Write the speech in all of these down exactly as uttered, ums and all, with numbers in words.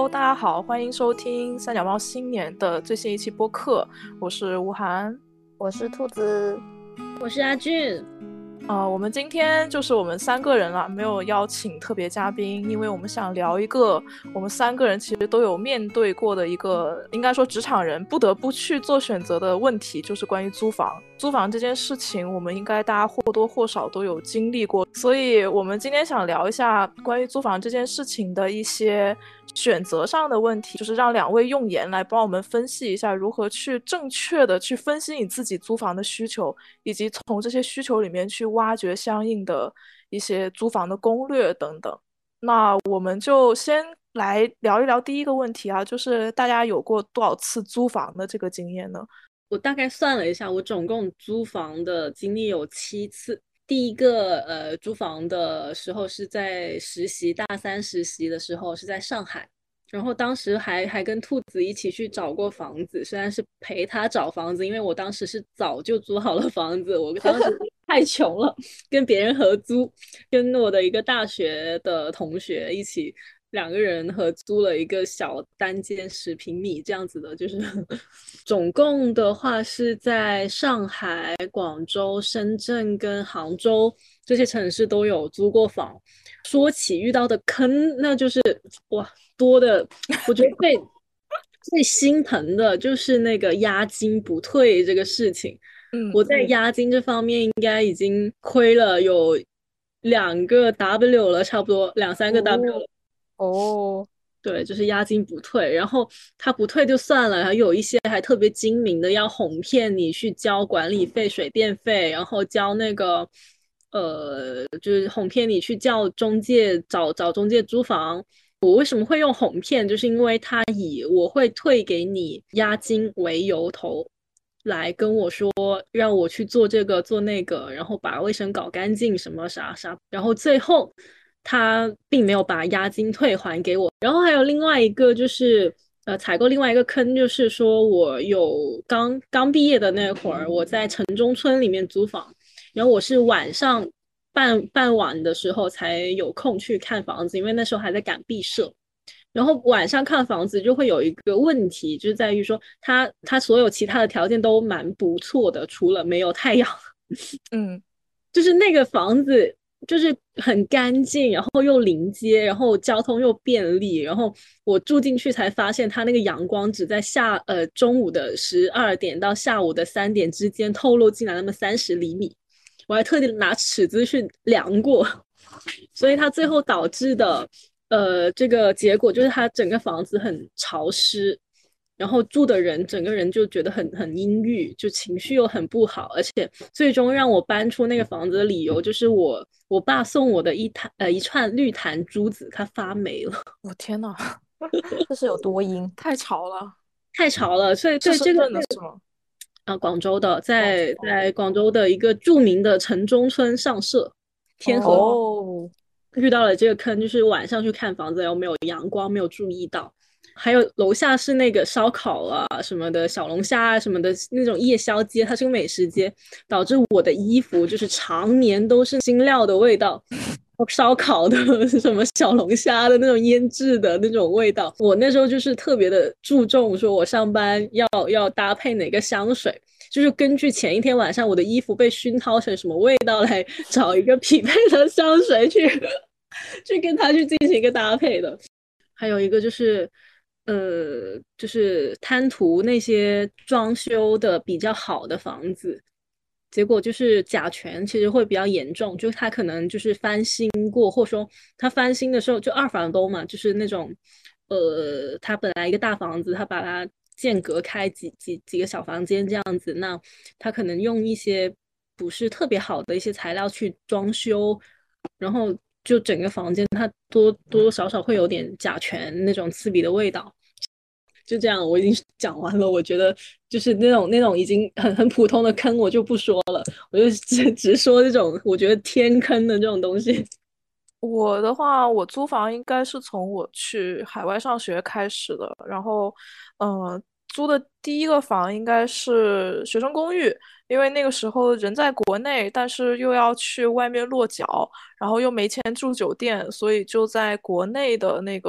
大家好，欢迎收听三脚猫新年的最新一期播客，我是吴涵， 我是兔子， 我是阿俊。 呃，我们今天就是我们三个人了，没有邀请特别嘉宾，因为我们想聊一个我们三个人其实都有面对过的一个，应该说职场人不得不去做选择的问题，就是关于租房。租房这件事情，我们应该大家或多或少都有经历过，所以我们今天想聊一下关于租房这件事情的一些选择上的问题，就是让两位用言来帮我们分析一下如何去正确的去分析你自己租房的需求，以及从这些需求里面去挖掘相应的一些租房的攻略等等。那我们就先来聊一聊第一个问题啊，就是大家有过多少次租房的这个经验呢？ 我大概算了一下，我总共租房的经历有七次。第一个呃，租房的时候是在实习，大三实习的时候是在上海，然后当时还还跟兔子一起去找过房子，虽然是陪他找房子，因为我当时是早就租好了房子，我当时太穷了，跟别人合租，跟我的一个大学的同学一起。两个人合租了一个小单间十平米这样子的，就是总共的话是在上海、广州、深圳跟杭州这些城市都有租过房。说起遇到的坑，那就是哇多的，我觉得最最心疼的就是那个押金不退这个事情。 嗯， 我在押金这方面应该已经亏了有两个 W 了，差不多两三个 W 了。 哦， 对，就是押金不退，然后他不退就算了，还有一些还特别精明的，要哄骗你去交管理费、水电费，然后交那个呃，就是哄骗你去叫中介找找中介租房。我为什么会用哄骗？就是因为他以我会退给你押金为由头，来跟我说让我去做这个做那个，然后把卫生搞干净什么啥啥，然后最后。他并没有把押金退还给我。然后还有另外一个就是呃采购另外一个坑，就是说我有刚刚毕业的那会儿，我在城中村里面租房，然后我是晚上傍傍晚的时候才有空去看房子，因为那时候还在赶毕设。然后晚上看房子就会有一个问题，就是在于说它它所有其他的条件都蛮不错的，除了没有太阳。 嗯， 就是那个房子就是很干净，然后又临街，然后交通又便利，然后我住进去才发现，它那个阳光只在下呃中午的十二点到下午的三点之间透露进来那么三十厘米，我还特地拿尺子去量过，所以它最后导致的呃这个结果就是它整个房子很潮湿。然后住的人整个人就觉得很很阴郁，就情绪又很不好，而且最终让我搬出那个房子的理由就是我我爸送我的一坛呃一串绿檀珠子，它发霉了。 我天哪， 这是有多阴？ 太吵了， 太潮了，所以是深对这个圳的是吗？ 啊、呃广州的在在广州的一个著名的城中村上社天河哦， 遇到了这个坑，就是晚上去看房子，然后没有阳光，没有注意到。还有楼下是那个烧烤啊什么的小龙虾啊什么的那种夜宵街，它是个美食街，导致我的衣服就是常年都是新料的味道，烧烤的什么小龙虾的那种腌制的那种味道。我那时候就是特别的注重，说我上班要要搭配哪个香水，就是根据前一天晚上我的衣服被熏陶成什么味道来找一个匹配的香水去去跟它去进行一个搭配的。还有一个就是。呃，就是贪图那些装修的比较好的房子，结果就是甲醛其实会比较严重，就他可能就是翻新过，或者说他翻新的时候就二房东嘛，就是那种呃，他本来一个大房子，他把它间隔开几几几个小房间这样子，那他可能用一些不是特别好的一些材料去装修，然后就整个房间它多多多少少会有点甲醛那种刺鼻的味道。就这样，我已经讲完了。我觉得就是那种那种已经很很普通的坑，我就不说了，我就只只说这种我觉得天坑的这种东西。 我的话，我租房应该是从我去海外上学开始的，然后，嗯、呃，租的第一个房应该是学生公寓，因为那个时候人在国内，但是又要去外面落脚，然后又没钱住酒店，所以就在国内的那个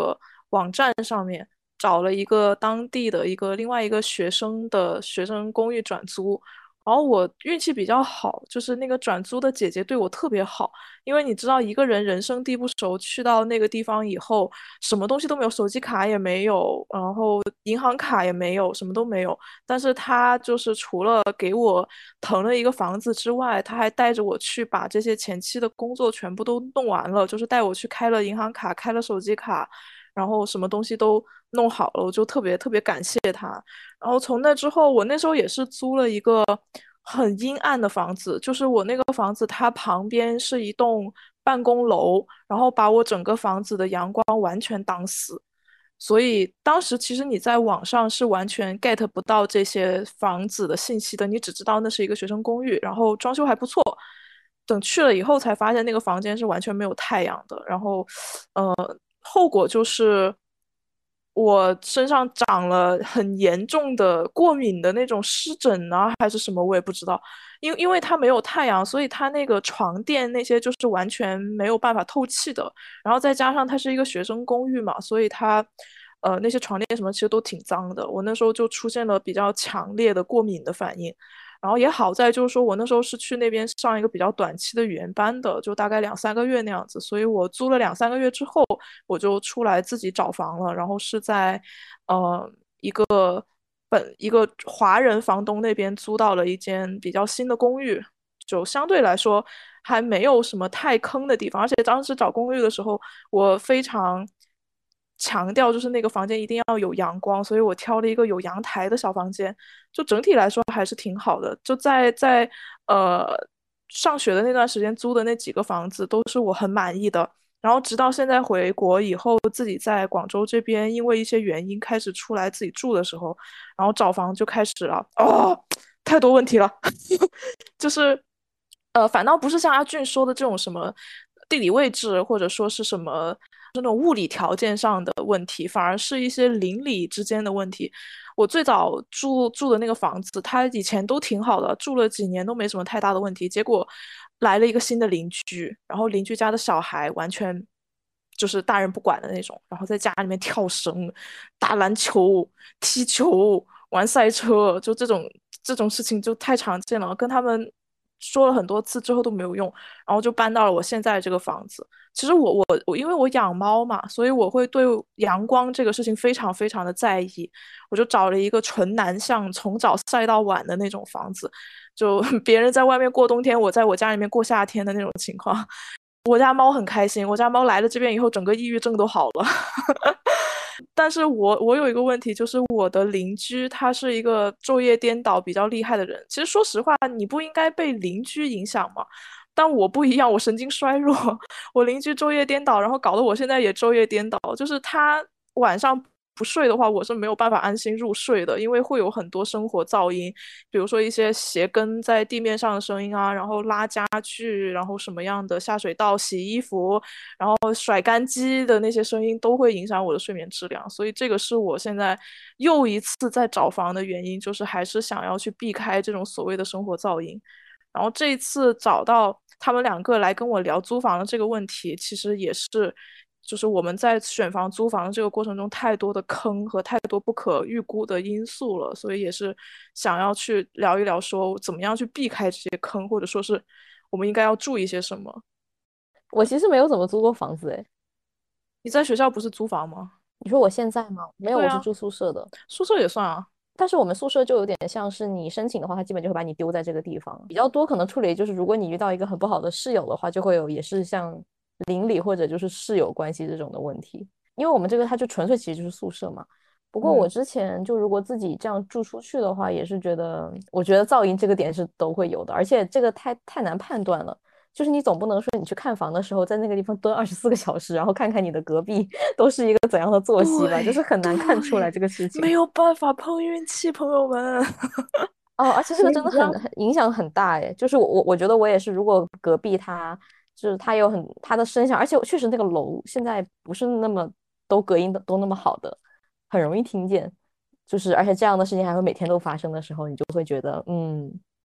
网站上面找了一个当地的一个另外一个学生的学生公寓转租。然后我运气比较好，就是那个转租的姐姐对我特别好，因为你知道一个人人生地不熟，去到那个地方以后，什么东西都没有，手机卡也没有，然后银行卡也没有，什么都没有。但是他就是除了给我腾了一个房子之外，他还带着我去把这些前期的工作全部都弄完了，就是带我去开了银行卡，开了手机卡，然后什么东西都弄好了，我就特别特别感谢他。然后从那之后，我那时候也是租了一个很阴暗的房子，就是我那个房子它旁边是一栋办公楼，然后把我整个房子的阳光完全挡死。所以当时其实你在网上是完全 get 不到这些房子的信息的，你只知道那是一个学生公寓，然后装修还不错。等去了以后才发现那个房间是完全没有太阳的，然后，呃，后果就是我身上长了很严重的过敏的那种湿疹啊，还是什么，我也不知道。因因为它没有太阳，所以它那个床垫那些就是完全没有办法透气的。然后再加上它是一个学生公寓嘛，所以它，呃，那些床垫什么其实都挺脏的。我那时候就出现了比较强烈的过敏的反应。然后也好在就是说我那时候是去那边上一个比较短期的语言班的，就大概两三个月那样子，所以我租了两三个月之后，我就出来自己找房了，然后是在呃一个本一个华人房东那边租到了一间比较新的公寓，就相对来说还没有什么太坑的地方，而且当时找公寓的时候，我非常强调就是那个房间一定要有阳光，所以我挑了一个有阳台的小房间，就整体来说还是挺好的。就在在呃上学的那段时间租的那几个房子都是我很满意的。然后直到现在回国以后，自己在广州这边因为一些原因开始出来自己住的时候，然后找房就开始了，哦，太多问题了，就是呃，反倒不是像阿俊说的这种什么地理位置，或者说是什么那种物理条件上的问题，反而是一些邻里之间的问题。我最早住住的那个房子，它以前都挺好的，住了几年都没什么太大的问题。结果来了一个新的邻居，然后邻居家的小孩完全就是大人不管的那种，然后在家里面跳绳、打篮球、踢球、玩赛车，就这种这种事情就太常见了，跟他们说了很多次之后都没有用，然后就搬到了我现在这个房子。其实我我我因为我养猫嘛，所以我会对阳光这个事情非常非常的在意。我就找了一个纯南向，从早晒到晚的那种房子，就别人在外面过冬天，我在我家里面过夏天的那种情况。我家猫很开心，我家猫来了这边以后，整个抑郁症都好了。但是我我有一个问题，就是我的邻居他是一个昼夜颠倒比较厉害的人。其实说实话，你不应该被邻居影响嘛。但我不一样，我神经衰弱，我邻居昼夜颠倒，然后搞得我现在也昼夜颠倒。就是他晚上不睡的话，我是没有办法安心入睡的，因为会有很多生活噪音，比如说一些鞋跟在地面上的声音啊，然后拉家具，然后什么样的下水道洗衣服，然后甩干机的那些声音都会影响我的睡眠质量。所以这个是我现在又一次在找房的原因，就是还是想要去避开这种所谓的生活噪音。然后这一次找到他们两个来跟我聊租房的这个问题，其实也是，就是我们在选房租房的这个过程中，太多的坑和太多不可预估的因素了，所以也是想要去聊一聊，说怎么样去避开这些坑，或者说是我们应该要注意些什么。 我其实没有怎么租过房子诶。 你在学校不是租房吗？ 你说我现在吗？没有， 对啊， 我是住宿舍的。 宿舍也算啊。 但是我们宿舍就有点像是你申请的话，他基本就会把你丢在这个地方。比较多可能处理就是，如果你遇到一个很不好的室友的话，就会有也是像邻里或者就是室友关系这种的问题。因为我们这个它就纯粹其实就是宿舍嘛。不过我嗯， 之前就如果自己这样住出去的话，也是觉得，我觉得噪音这个点是都会有的，而且这个太太难判断了。就是你总不能说你去看房的时候，在那个地方蹲二十四个小时，然后看看你的隔壁都是一个怎样的作息吧，就是对很难看出来对， 这个事情。 没有办法碰运气，朋友们。 哦，而且这个真的很所以你知道， 很影响很大诶。就是我我我觉得我也是，如果隔壁他就是他有很他的声响，而且确实那个楼现在不是那么都隔音的都那么好的，很容易听见。就是而且这样的事情还会每天都发生的时候，你就会觉得嗯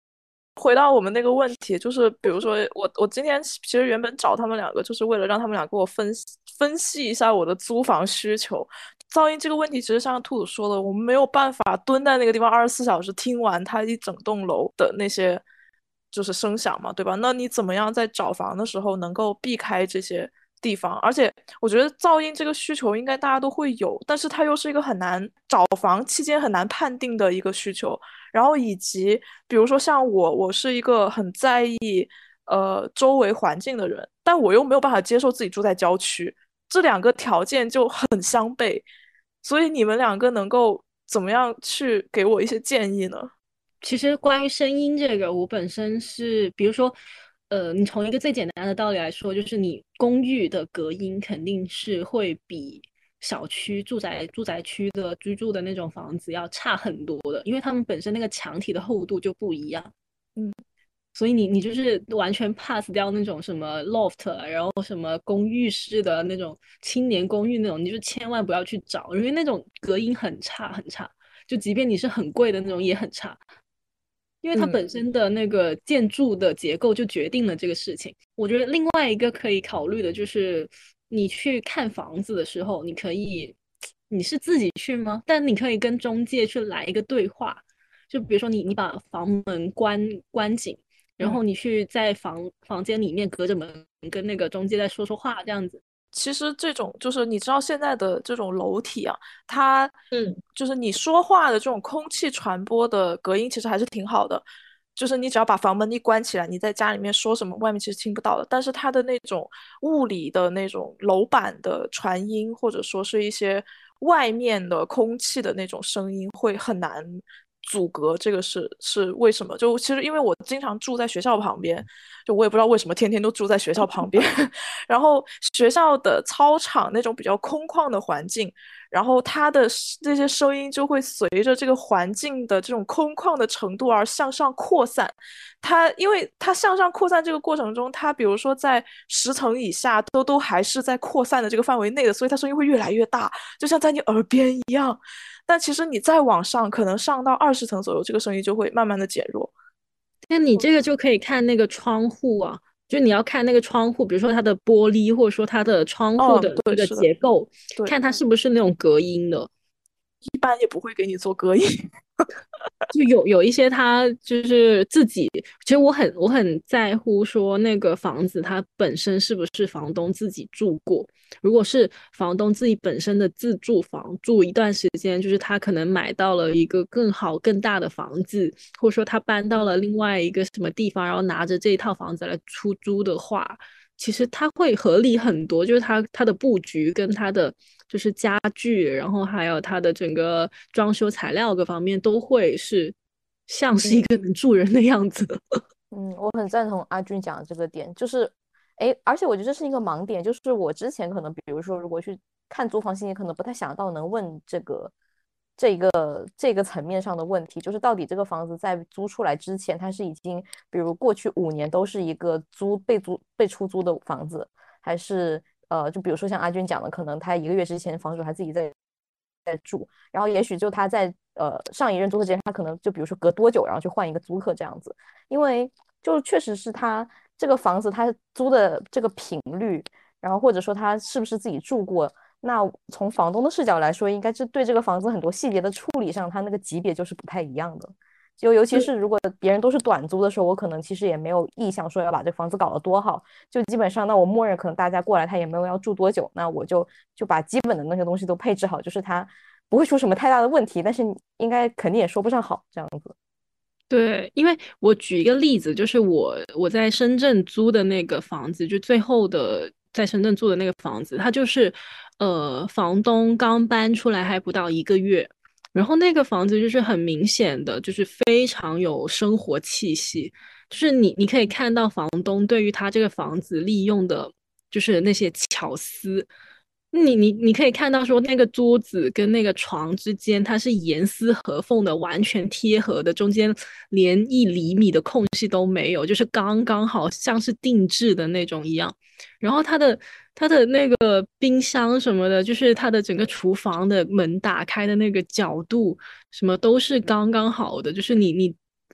回到我们那个问题，就是比如说我我今天其实原本找他们两个，就是为了让他们俩给我分析分析一下我的租房需求。噪音这个问题，其实像兔子说的，我们没有办法蹲在那个地方二十四小时听完它一整栋楼的那些就是声响嘛，对吧？那你怎么样在找房的时候能够避开这些地方？而且我觉得噪音这个需求应该大家都会有，但是它又是一个很难找房期间很难判定的一个需求。然后以及比如说像我，我是一个很在意呃周围环境的人，但我又没有办法接受自己住在郊区，这两个条件就很相悖。所以你们两个能够怎么样去给我一些建议呢？ 其实关于声音这个，我本身是，比如说，呃，你从一个最简单的道理来说，就是你公寓的隔音肯定是会比小区住宅住宅区的居住的那种房子要差很多的，因为他们本身那个墙体的厚度就不一样。 嗯。 所以你你就是完全 pass 掉那种什么 loft，然后什么公寓式的那种青年公寓那种，你就千万不要去找，因为那种隔音很差很差，就即便你是很贵的那种也很差。因为它嗯本身的那个建筑的结构就决定了这个事情。我觉得另外一个可以考虑的就是，你去看房子的时候，你可以，你是自己去吗？但你可以跟中介去来一个对话，就比如说你你把房门关关紧，然嗯。 后你去在房房间里面隔着门跟那个中介再说说话，这样子。 其实这种就是你知道现在的这种楼体啊，它嗯， 就是你说话的这种空气传播的隔音其实还是挺好的，就是你只要把房门一关起来，你在家里面说什么，外面其实听不到的。但是它的那种物理的那种楼板的传音，或者说是一些外面的空气的那种声音，会很难阻隔。这个是是为什么？就其实因为我经常住在学校旁边，就我也不知道为什么天天都住在学校旁边。然后学校的操场那种比较空旷的环境，然后它的这些声音就会随着这个环境的这种空旷的程度而向上扩散。它因为它向上扩散这个过程中，它比如说在十层以下都都还是在扩散的这个范围内的，所以它声音会越来越大，就像在你耳边一样。但其实你再往上，可能上到二十层左右，这个声音就会慢慢的减弱。 那你这个就可以看那个窗户啊，就你要看那个窗户，比如说它的玻璃，或者说它的窗户嗯， 的那对， 个是的， 结构， 对， 看它是不是那种隔音的。 一般也不会给你做隔音。 就有有一些他就是自己，其实我很我很在乎说那个房子它本身是不是房东自己住过。如果是房东自己本身的自住房，住一段时间，就是他可能买到了一个更好更大的房子，或者说他搬到了另外一个什么地方，然后拿着这一套房子来出租的话，其实它会合理很多，就是它它的布局跟它的就是家具，然后还有它的整个装修材料各方面都会是像是一个能住人的样子。 嗯，我很赞同阿军讲的这个点，就是，哎，而且我觉得这是一个盲点，就是我之前可能，比如说，如果去看租房信息，可能不太想到能问这个这个这个层面上的问题，就是到底这个房子在租出来之前，它是已经，比如过去五年都是一个租被租被出租的房子，还是呃，就比如说像阿军讲的，可能他一个月之前房主还自己在在住，然后也许就他在呃上一任租客之间，他可能就比如说隔多久，然后去换一个租客这样子，因为就确实是他这个房子他租的这个频率，然后或者说他是不是自己住过，那从房东的视角来说，应该是对这个房子很多细节的处理上，他那个级别就是不太一样的。就尤其是如果别人都是短租的时候，我可能其实也没有意向说要把这房子搞得多好，就基本上那我默认可能大家过来他也没有要住多久，那我就就把基本的那些东西都配置好，就是他不会出什么太大的问题，但是应该肯定也说不上好这样子。 对，因为我举一个例子，就是我我在深圳租的那个房子，就最后的在深圳租的那个房子，它就是呃房东刚搬出来还不到一个月，然后那个房子就是很明显的，就是非常有生活气息，就是你你可以看到房东对于他这个房子利用的，就是那些巧思。你你你可以看到说那个桌子跟那个床之间它是严丝合缝的，完全贴合的，中间连一厘米的空隙都没有，就是刚刚好像是定制的那种一样。然后它的它的那个冰箱什么的，就是它的整个厨房的门打开的那个角度，什么都是刚刚好的，就是你你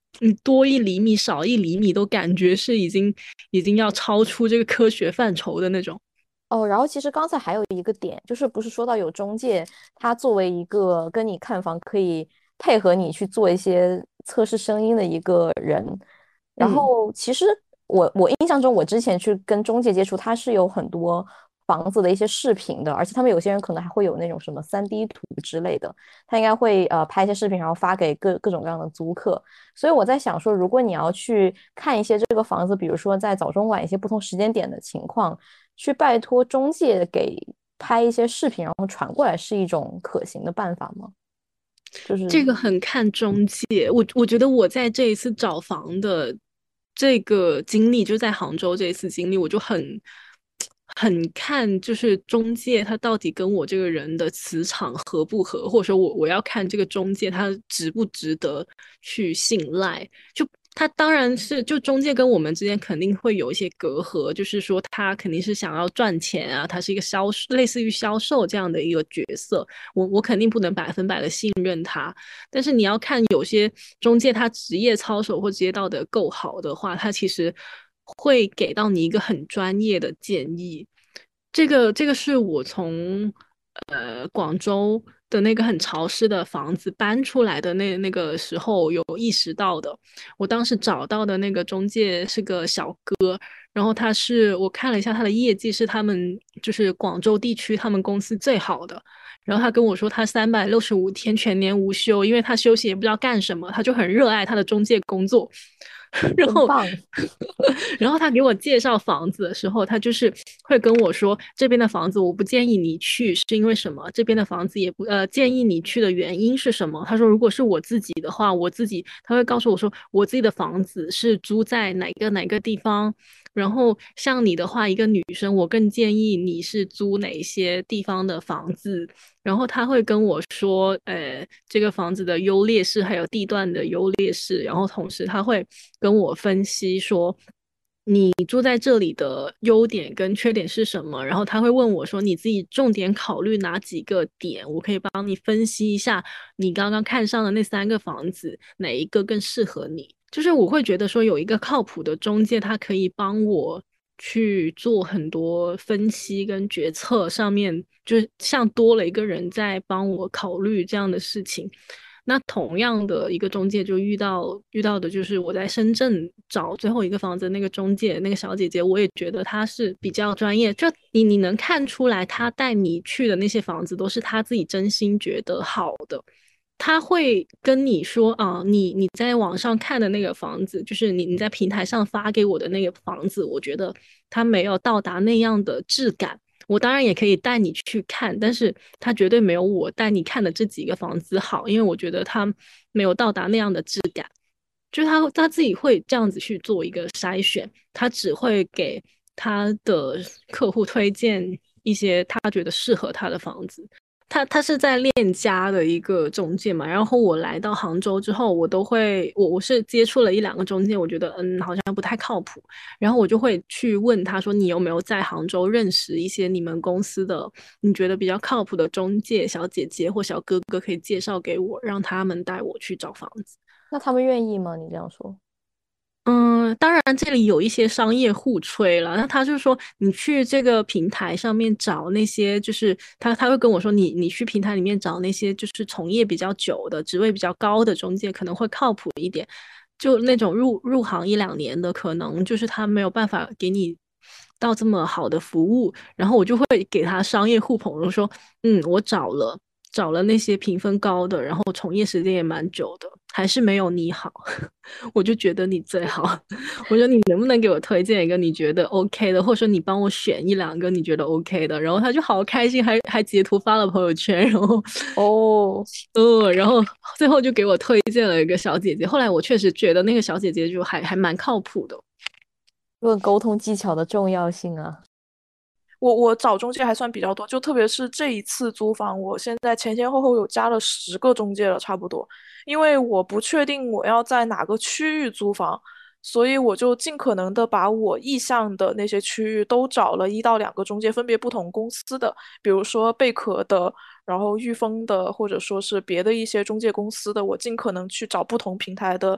你多一厘米少一厘米都感觉是已经已经要超出这个科学范畴的那种。 哦，然后其实刚才还有一个点，就是不是说到有中介，他作为一个跟你看房可以配合你去做一些测试声音的一个人，然嗯， 后其实我我印象中，我之前去跟中介接触，他是有很多房子的一些视频的，而且他们有些人可能还会有那种什么三 D 图之类的，他应该会呃拍一些视频，然后发给各各种各样的租客。所以我在想说，如果你要去看一些这个房子，比如说在早中晚一些不同时间点的情况，去拜托中介给拍一些视频，然后传过来，是一种可行的办法吗？就是这个很看中介。我我觉得我在这一次找房的这个经历，就在杭州这一次经历，我就很很看就是中介他到底跟我这个人的磁场合不合，或者说我我要看这个中介他值不值得去信赖。就他当然是就中介跟我们之间肯定会有一些隔阂，就是说他肯定是想要赚钱啊，他是一个销类似于销售这样的一个角色，我我肯定不能百分百的信任他。但是你要看有些中介他职业操守或职业道德够好的话，他其实会给到你一个很专业的建议。这个这个是我从呃广州的那个很潮湿的房子搬出来的那那个时候有意识到的。我当时找到的那个中介是个小哥，然后他是我看了一下他的业绩是他们就是广州地区他们公司最好的。然后他跟我说，他三百六十五天全年无休，因为他休息也不知道干什么，他就很热爱他的中介工作。然后， 真棒。 然后他给我介绍房子的时候，他就是会跟我说，这边的房子我不建议你去，是因为什么？这边的房子也不呃建议你去的原因是什么？他说，如果是我自己的话，我自己他会告诉我说，我自己的房子是租在哪个哪个地方。然后像你的话，一个女生，我更建议你是租哪些地方的房子。然后他会跟我说，呃，这个房子的优劣势，还有地段的优劣势。然后同时他会跟我分析说，你住在这里的优点跟缺点是什么。然后他会问我说，你自己重点考虑哪几个点，我可以帮你分析一下，你刚刚看上的那三个房子，哪一个更适合你。就是我会觉得说，有一个靠谱的中介，他可以帮我去做很多分析跟决策上面，就是像多了一个人在帮我考虑这样的事情。那同样的一个中介就遇到遇到的就是我在深圳找最后一个房子那个中介那个小姐姐，我也觉得她是比较专业，就你你能看出来，她带你去的那些房子都是她自己真心觉得好的。他会跟你说啊，你你在网上看的那个房子，就是你你在平台上发给我的那个房子，我觉得它没有到达那样的质感。我当然也可以带你去看，但是它绝对没有我带你看的这几个房子好，因为我觉得它没有到达那样的质感。就是他他自己会这样子去做一个筛选，他只会给他的客户推荐一些他觉得适合他的房子。他他是在链家的一个中介嘛，然后我来到杭州之后，我都会我我是接触了一两个中介，我觉得嗯好像不太靠谱，然后我就会去问他说，你有没有在杭州认识一些你们公司的你觉得比较靠谱的中介小姐姐或小哥哥可以介绍给我，让他们带我去找房子。 那他们愿意吗？你这样说？ 嗯，当然这里有一些商业互吹了。那他就说，你去这个平台上面找那些，就是他他会跟我说，你你去平台里面找那些就是从业比较久的、职位比较高的中介，可能会靠谱一点。就那种入入行一两年的，可能就是他没有办法给你到这么好的服务。然后我就会给他商业互捧，我说，嗯，我找了找了那些评分高的，然后从业时间也蛮久的，还是没有你好。我就觉得你最好。我说你能不能给我推荐一个你觉得 OK 的，或者说你帮我选一两个你觉得 OK 的。然后他就好开心，还还截图发了朋友圈。然后哦， 呃，然后最后就给我推荐了一个小姐姐。后来我确实觉得那个小姐姐就还还蛮靠谱的。 论沟通技巧的重要性啊。 我我找中介还算比较多，就特别是这一次租房，我现在前前后后有加了十个中介了，差不多。因为我不确定我要在哪个区域租房，所以我就尽可能的把我意向的那些区域都找了一到两个中介，分别不同公司的，比如说贝壳的，然后裕丰的，或者说是别的一些中介公司的，我尽可能去找不同平台的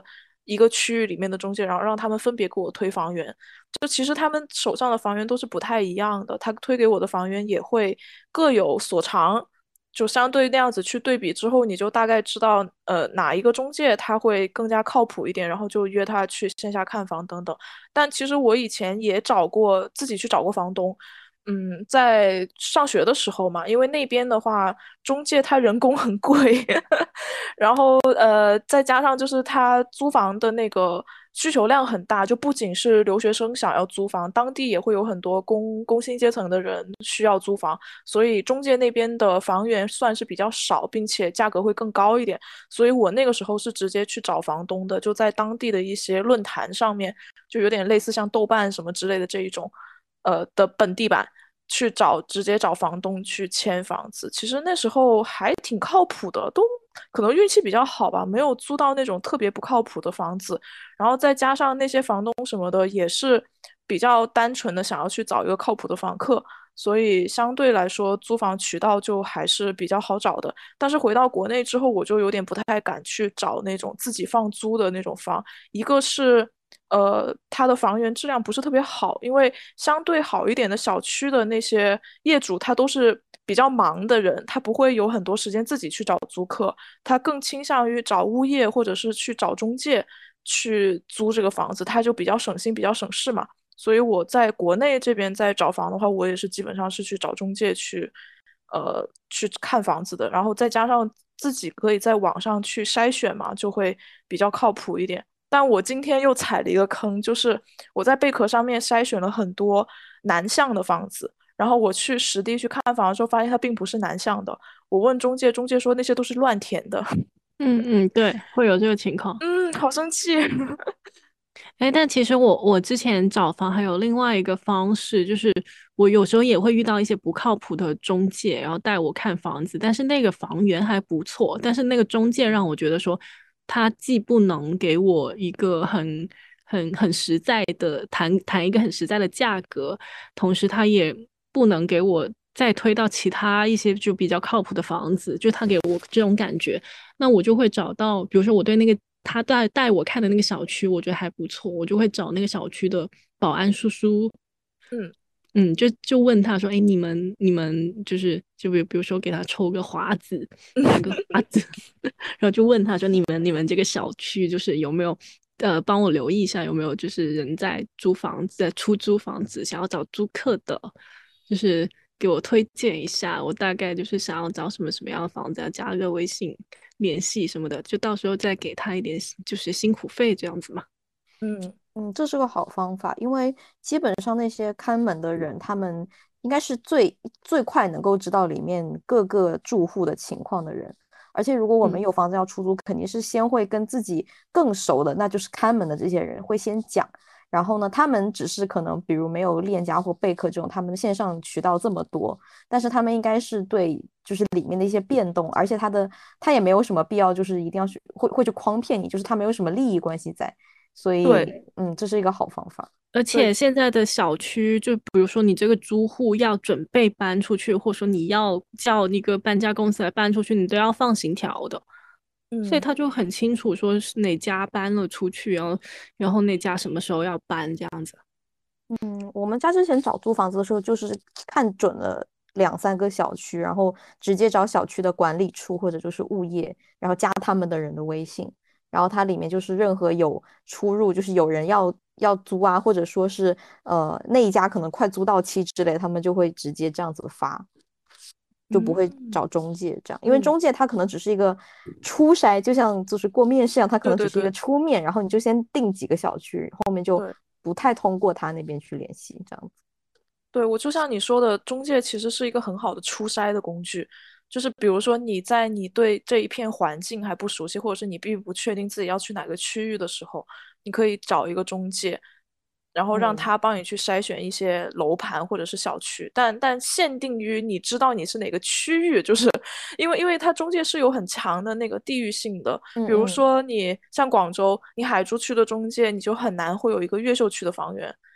一个区域里面的中介，然后让他们分别给我推房源。就其实他们手上的房源都是不太一样的，他推给我的房源也会各有所长。就相对那样子去对比之后，你就大概知道，呃，哪一个中介他会更加靠谱一点，然后就约他去线下看房等等。但其实我以前也找过，自己去找过房东。嗯，在上学的时候嘛，因为那边的话，中介他人工很贵，然后呃，再加上就是他租房的那个需求量很大，就不仅是留学生想要租房，当地也会有很多工工薪阶层的人需要租房，所以中介那边的房源算是比较少，并且价格会更高一点。所以我那个时候是直接去找房东的，就在当地的一些论坛上面，就有点类似像豆瓣什么之类的这一种。呃的本地版去找，直接找房东去签房子。其实那时候还挺靠谱的，都可能运气比较好吧，没有租到那种特别不靠谱的房子。然后再加上那些房东什么的也是比较单纯的想要去找一个靠谱的房客，所以相对来说租房渠道就还是比较好找的。但是回到国内之后，我就有点不太敢去找那种自己放租的那种房，一个是。呃，它的房源质量不是特别好，因为相对好一点的小区的那些业主，他都是比较忙的人，他不会有很多时间自己去找租客，他更倾向于找物业或者是去找中介去租这个房子，他就比较省心，比较省事嘛。所以我在国内这边在找房的话，我也是基本上是去找中介去，呃，去看房子的，然后再加上自己可以在网上去筛选嘛，就会比较靠谱一点。但我今天又踩了一个坑，就是我在贝壳上面筛选了很多南向的房子，然后我去实地去看房的时候，发现它并不是南向的。我问中介，中介说那些都是乱填的。 嗯嗯，对，会有这个情况。 嗯，好生气。 哎，但其实我我之前找房还有另外一个方式，就是我有时候也会遇到一些不靠谱的中介，然后带我看房子，但是那个房源还不错，但是那个中介让我觉得说，他既不能给我一个很很很实在的谈谈一个很实在的价格，同时他也不能给我再推到其他一些就比较靠谱的房子，就他给我这种感觉。那我就会找到，比如说我对那个他带带我看的那个小区，我觉得还不错，我就会找那个小区的保安叔叔， 嗯嗯，就就问他说，哎，你们你们就是就比比如说给他抽个华子，打个华子，然后就问他说，你们你们这个小区就是有没有呃帮我留意一下有没有就是人在租房子，在出租房子，想要找租客的，就是给我推荐一下，我大概就是想要找什么什么样的房子，要加个微信联系什么的，就到时候再给他一点就是辛苦费这样子嘛。 嗯嗯，这是个好方法，因为基本上那些看门的人，他们应该是最最快能够知道里面各个住户的情况的人。而且，如果我们嗯有房子要出租，肯定是先会跟自己更熟的，那就是看门的这些人会先讲。然后呢，他们只是可能比如没有链家或贝壳这种他们的线上渠道这么多，但是他们应该是对就是里面的一些变动，而且他的他也没有什么必要就是一定要去会会去诓骗你，就是他没有什么利益关系在。所以， 对嗯，这是一个好方法。 而且对， 现在的小区，就比如说你这个租户要准备搬出去，或者说你要叫那个搬家公司来搬出去，你都要放行条的，所以嗯他就很清楚说是哪家搬了出去，然后然后那家什么时候要搬这样子。 嗯，我们家之前找租房子的时候，就是看准了两三个小区，然后直接找小区的管理处或者就是物业，然后加他们的人的微信，然后它里面就是任何有出入，就是有人要要租啊，或者说是呃那一家可能快租到期之类，他们就会直接这样子发。就不会嗯找中介这样，因为嗯， 中介他可能只是一个初筛，就像就是过面试一样，他可能只是一个对对对出面，然后你就先定几个小区，后面就对。 不太通过他那边去联系这样子。 对，我就像你说的，中介其实是一个很好的初筛的工具。就是比如说你在你对这一片环境还不熟悉，或者是你并不确定自己要去哪个区域的时候，你可以找一个中介，然后让嗯他帮你去筛选一些楼盘或者是小区，但但限定于你知道你是哪个区域，就是因为因为它中介是有很强的那个地域性的。比如嗯嗯说你像广州，你海珠区的中介，你就很难会有一个越秀区的房源。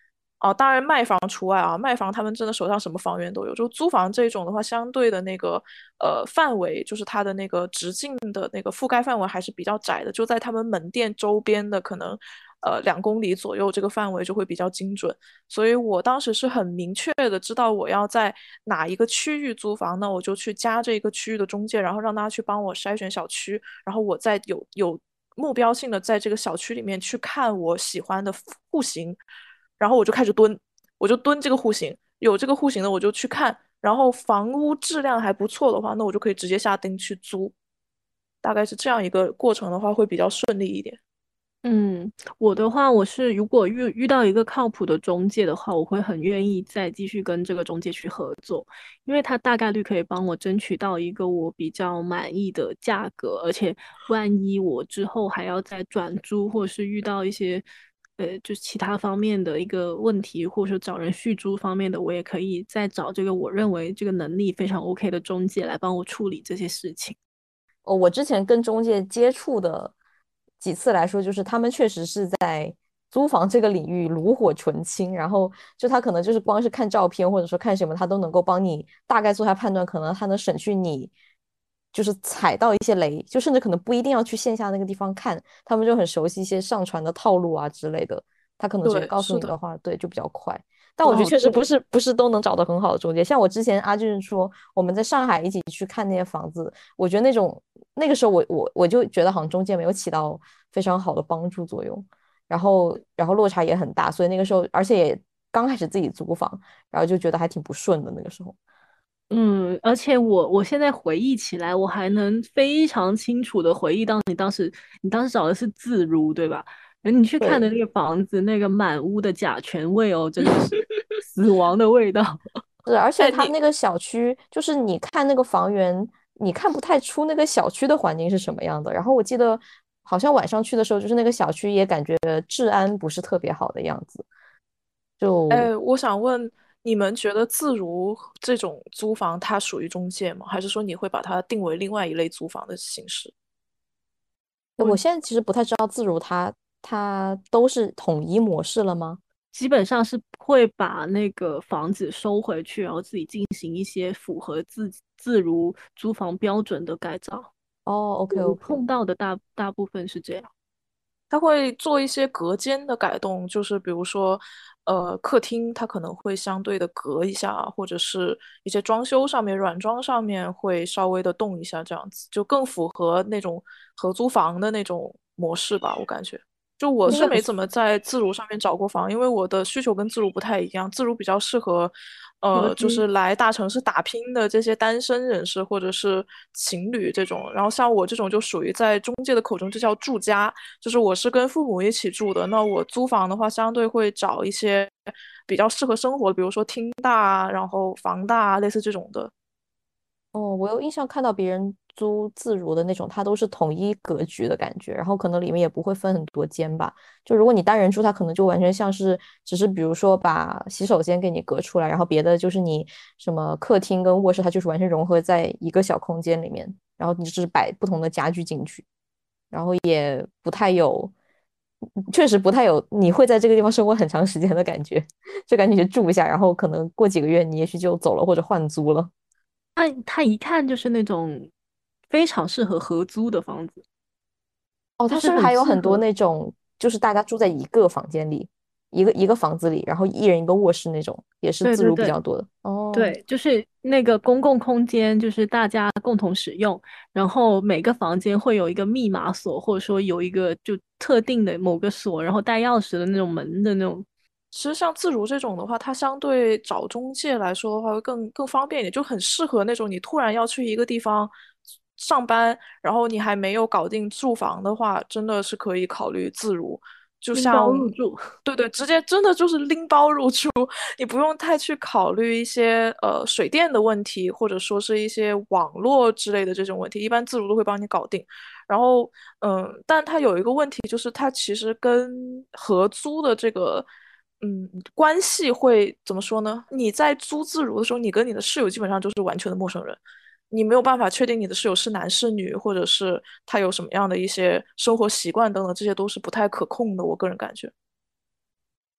啊，当然卖房除外啊，卖房他们真的手上什么房源都有。就租房这种的话，相对的那个呃范围，就是它的那个直径的那个覆盖范围还是比较窄的，就在他们门店周边的可能呃两公里左右这个范围就会比较精准。所以我当时是很明确的知道我要在哪一个区域租房，那我就去加这个区域的中介，然后让他去帮我筛选小区，然后我再有有目标性的在这个小区里面去看我喜欢的户型。然后我就开始蹲，我就蹲这个户型，有这个户型的我就去看，然后房屋质量还不错的话，那我就可以直接下定去租，大概是这样一个过程的话，会比较顺利一点。 嗯，我的话，我是如果遇遇到一个靠谱的中介的话，我会很愿意再继续跟这个中介去合作，因为他大概率可以帮我争取到一个我比较满意的价格，而且万一我之后还要再转租，或者是遇到一些呃，就是其他方面的一个问题，或者说找人续租方面的，我也可以再找这个我认为这个能力非常 OK 的中介来帮我处理这些事情。 哦，我之前跟中介接触的几次来说，就是他们确实是在租房这个领域炉火纯青，然后就他可能就是光是看照片或者说看什么，他都能够帮你大概做下判断，可能他能省去你就是踩到一些雷，就甚至可能不一定要去线下那个地方看，他们就很熟悉一些上传的套路啊之类的，他可能直接对， 告诉是的。 你的话，对，就比较快。但我觉得哦，对， 确实不是不是都能找到很好的中介，像我之前阿俊说我们在上海一起去看那些房子，我觉得那种那个时候我我我就觉得好像中介没有起到非常好的帮助作用，然后然后落差也很大，所以那个时候而且也刚开始自己租房，然后就觉得还挺不顺的那个时候。 嗯，而且我我现在回忆起来，我还能非常清楚的回忆到你当时你当时找的是自如，对吧？而你去看的对， 那个房子，那个满屋的甲醛味哦，真的是死亡的味道。 是，而且哎，你他那个小区，就是你看那个房源，你看不太出那个小区的环境是什么样的。然后我记得好像晚上去的时候，就是那个小区也感觉治安不是特别好的样子。就哎，我想问，你们觉得自如这种租房它属于中介吗？还是说你会把它定为另外一类租房的形式？ 我现在其实不太知道自如它它都是统一模式了吗？ 基本上是会把那个房子收回去，然后自己进行一些符合自自如租房标准的改造。 哦，OK 我 OK。 碰到的大大部分是这样。 它会做一些隔间的改动，就是比如说，呃，客厅它可能会相对的隔一下，或者是一些装修上面、软装上面会稍微的动一下，这样子就更符合那种合租房的那种模式吧，我感觉。就我应该不是。 是没怎么在自如上面找过房，因为我的需求跟自如不太一样。自如比较适合，呃，就合租。 是来大城市打拼的这些单身人士或者是情侣这种。然后像我这种就属于在中介的口中就叫住家，就是我是跟父母一起住的。那我租房的话，相对会找一些比较适合生活的，比如说厅大啊，然后房大啊，类似这种的。 哦，我有印象看到别人租自如的那种，它都是统一格局的感觉，然后可能里面也不会分很多间吧。就如果你单人住，它可能就完全像是只是比如说把洗手间给你隔出来，然后别的就是你什么客厅跟卧室，它就是完全融合在一个小空间里面，然后你只是摆不同的家具进去，然后也不太有，确实不太有你会在这个地方生活很长时间的感觉，就感觉去住一下，然后可能过几个月你也许就走了或者换租了。 它它一看就是那种非常适合合租的房子， 哦， 就是很它是不是还有很多适合。 那种，就是大家住在一个房间里，一个一个房子里，然后一人一个卧室那种，也是自如比对对对较多的。哦， 对，就是那个公共空间，就是大家共同使用，然后每个房间会有一个密码锁，或者说有一个就特定的某个锁，然后带钥匙的那种门的那种。 其实像自如这种的话，它相对找中介来说的话，会更更方便一点，就很适合那种你突然要去一个地方上班，然后你还没有搞定住房的话，真的是可以考虑自如。就拎包像， 入住。 对对，直接真的就是拎包入住，你不用太去考虑一些呃水电的问题，或者说是一些网络之类的这种问题，一般自如都会帮你搞定。然后，嗯，但它有一个问题，就是它其实跟合租的这个。嗯，关系会怎么说呢？你在租自如的时候，你跟你的室友基本上就是完全的陌生人，你没有办法确定你的室友是男是女，或者是他有什么样的一些生活习惯等等，这些都是不太可控的。我个人感觉。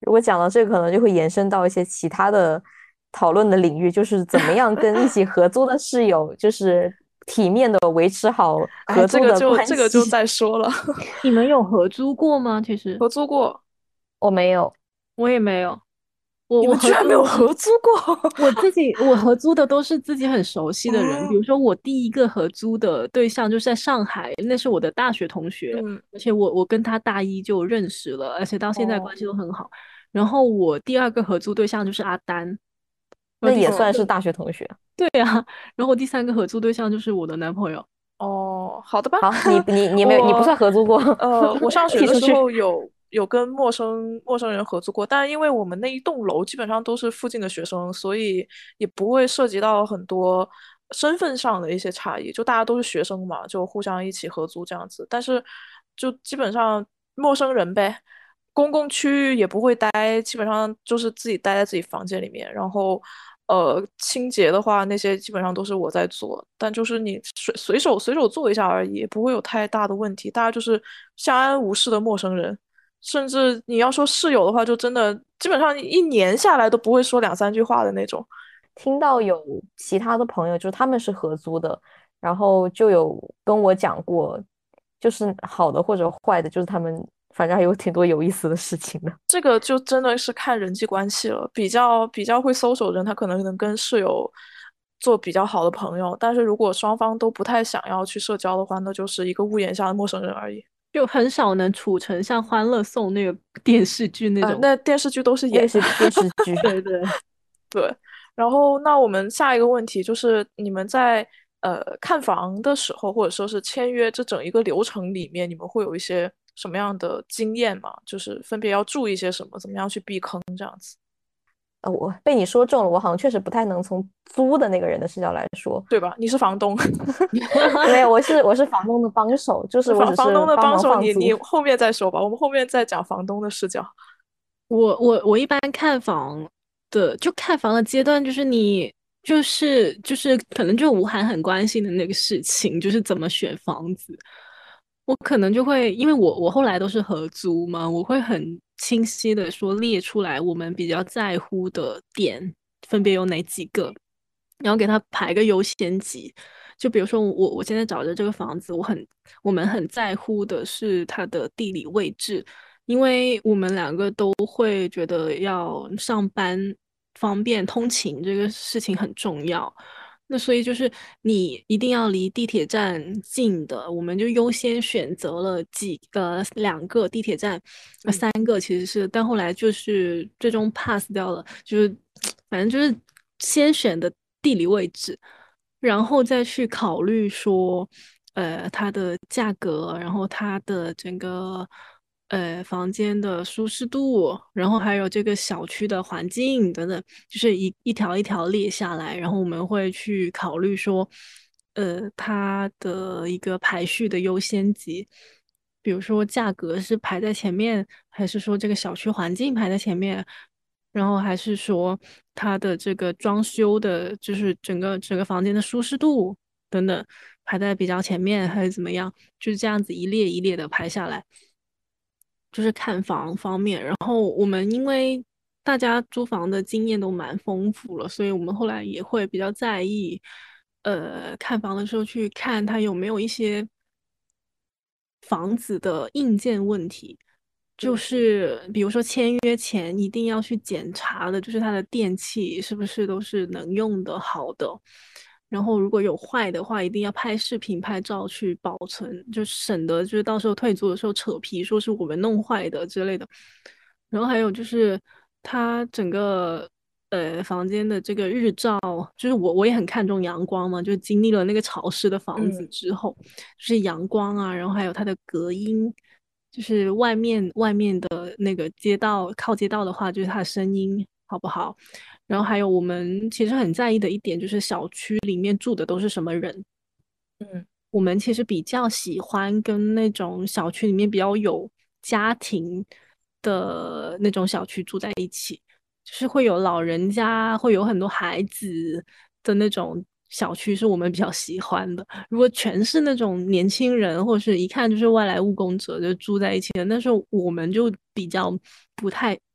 如果讲到这个，可能就会延伸到一些其他的讨论的领域，就是怎么样跟一起合租的室友，就是体面的维持好哎， 合租这个就的关系。 这个就再说了。 你们有合租过吗？其实合租过， 我没有。 我也没有，我你我合们居然没有租， 合租过？ 我自己我合租的都是自己很熟悉的人，比哦， 如说我第一个合租的对象就是在上海，那是我的大学同学， 嗯， 而且我我跟他大一就认识了，而且到现在哦， 关系都很好。然后我第二个合租对象就是阿丹，然后那第三个也算是大学同学。 对啊，然后我第三个合租对象就是我的男朋友。 哦，好的吧。 好，你你你没有，你不我算合租过。 呃，我上学的时踢出去。 候有有跟陌生陌生人合租过，但是因为我们那一栋楼基本上都是附近的学生，所以也不会涉及到很多身份上的一些差异，就大家都是学生嘛，就互相一起合租这样子。但是就基本上陌生人呗，公共区域也不会待，基本上就是自己待在自己房间里面，然后。呃，清洁的话，那些基本上都是我在做，但就是你随随手随手做一下而已，也不会有太大的问题。大家就是相安无事的陌生人，甚至你要说室友的话，就真的基本上一年下来都不会说两三句话的那种。 听到有其他的朋友，就是他们是合租的，然后就有跟我讲过，就是好的或者坏的，就是他们反正还有挺多有意思的事情的。 这个就真的是看人际关系了，比较比较会 social 的人，他可能能跟室友做比较好的朋友，但是如果双方都不太想要去社交的话，那就是一个屋檐下的陌生人而已。 就很少能处成像《欢乐颂》那个电视剧那啊、 种。 那电视剧都是演的。 那个是电视剧。 对对， 对，然后那我们下一个问题就是你们在呃看房的时候，或者说是签约这整一个流程里面，你们会有一些什么样的经验吗？就是分别要注意一些什么，怎么样去避坑这样子， 呃，我被你说中了，我好像确实不太能从租的那个人的视角来说。 对吧？你是房东。 没有，我是我是房东的帮手，就是我只房房东的是帮帮手， 忙放租。 你你后面再说吧，我们后面再讲房东的视角。 我我我一般看房的，就看房的阶段，就是你就是就是可能就吴涵很关心的那个事情，就是怎么选房子。我可能就会，因为我我后来都是合租嘛，我会很清晰的说列出来我们比较在乎的点分别有哪几个，然后给他排个优先级。就比如说我我现在找的这个房子，我很我们很在乎的是它的地理位置，因为我们两个都会觉得要上班方便通勤这个事情很重要。那所以就是你一定要离地铁站近的，我们就优先选择了几个两个地铁站，呃嗯三个其实是，但后来就是最终 pass 掉了，就是反正就是先选的地理位置。然后再去考虑说，呃，它的价格，然后它的整个呃房间的舒适度，然后还有这个小区的环境等等，就是一一条一条列下来，然后我们会去考虑说，呃，它的一个排序的优先级。比如说价格是排在前面，还是说这个小区环境排在前面，然后还是说它的这个装修的，就是整个整个房间的舒适度等等排在比较前面，还是怎么样？就是这样子一列一列的排下来，就是看房方面。然后我们因为大家租房的经验都蛮丰富了，所以我们后来也会比较在意，呃，看房的时候去看它有没有一些房子的硬件问题。就嗯是比如说签约前一定要去检查的，就是它的电器是不是都是能用的好的，然后如果有坏的话，一定要拍视频、拍照去保存，就省得就是到时候退租的时候扯皮，说是我们弄坏的之类的。然后还有就是它整个呃房间的这个日照，就是我我也很看重阳光嘛，就经历了那个潮湿的房子嗯之后，就是阳光啊，然后还有它的隔音。就是外面外面的那个街道靠街道的话，就是它的声音好不好？然后还有我们其实很在意的一点就是小区里面住的都是什么人。 嗯我们其实比较喜欢跟那种小区里面比较有家庭的那种小区住在一起，就是会有老人家，会有很多孩子的那种小区，是我们比较喜欢的。如果全是那种年轻人，或者是一看就是外来务工者，就住在一起的，那时候我们就比较不太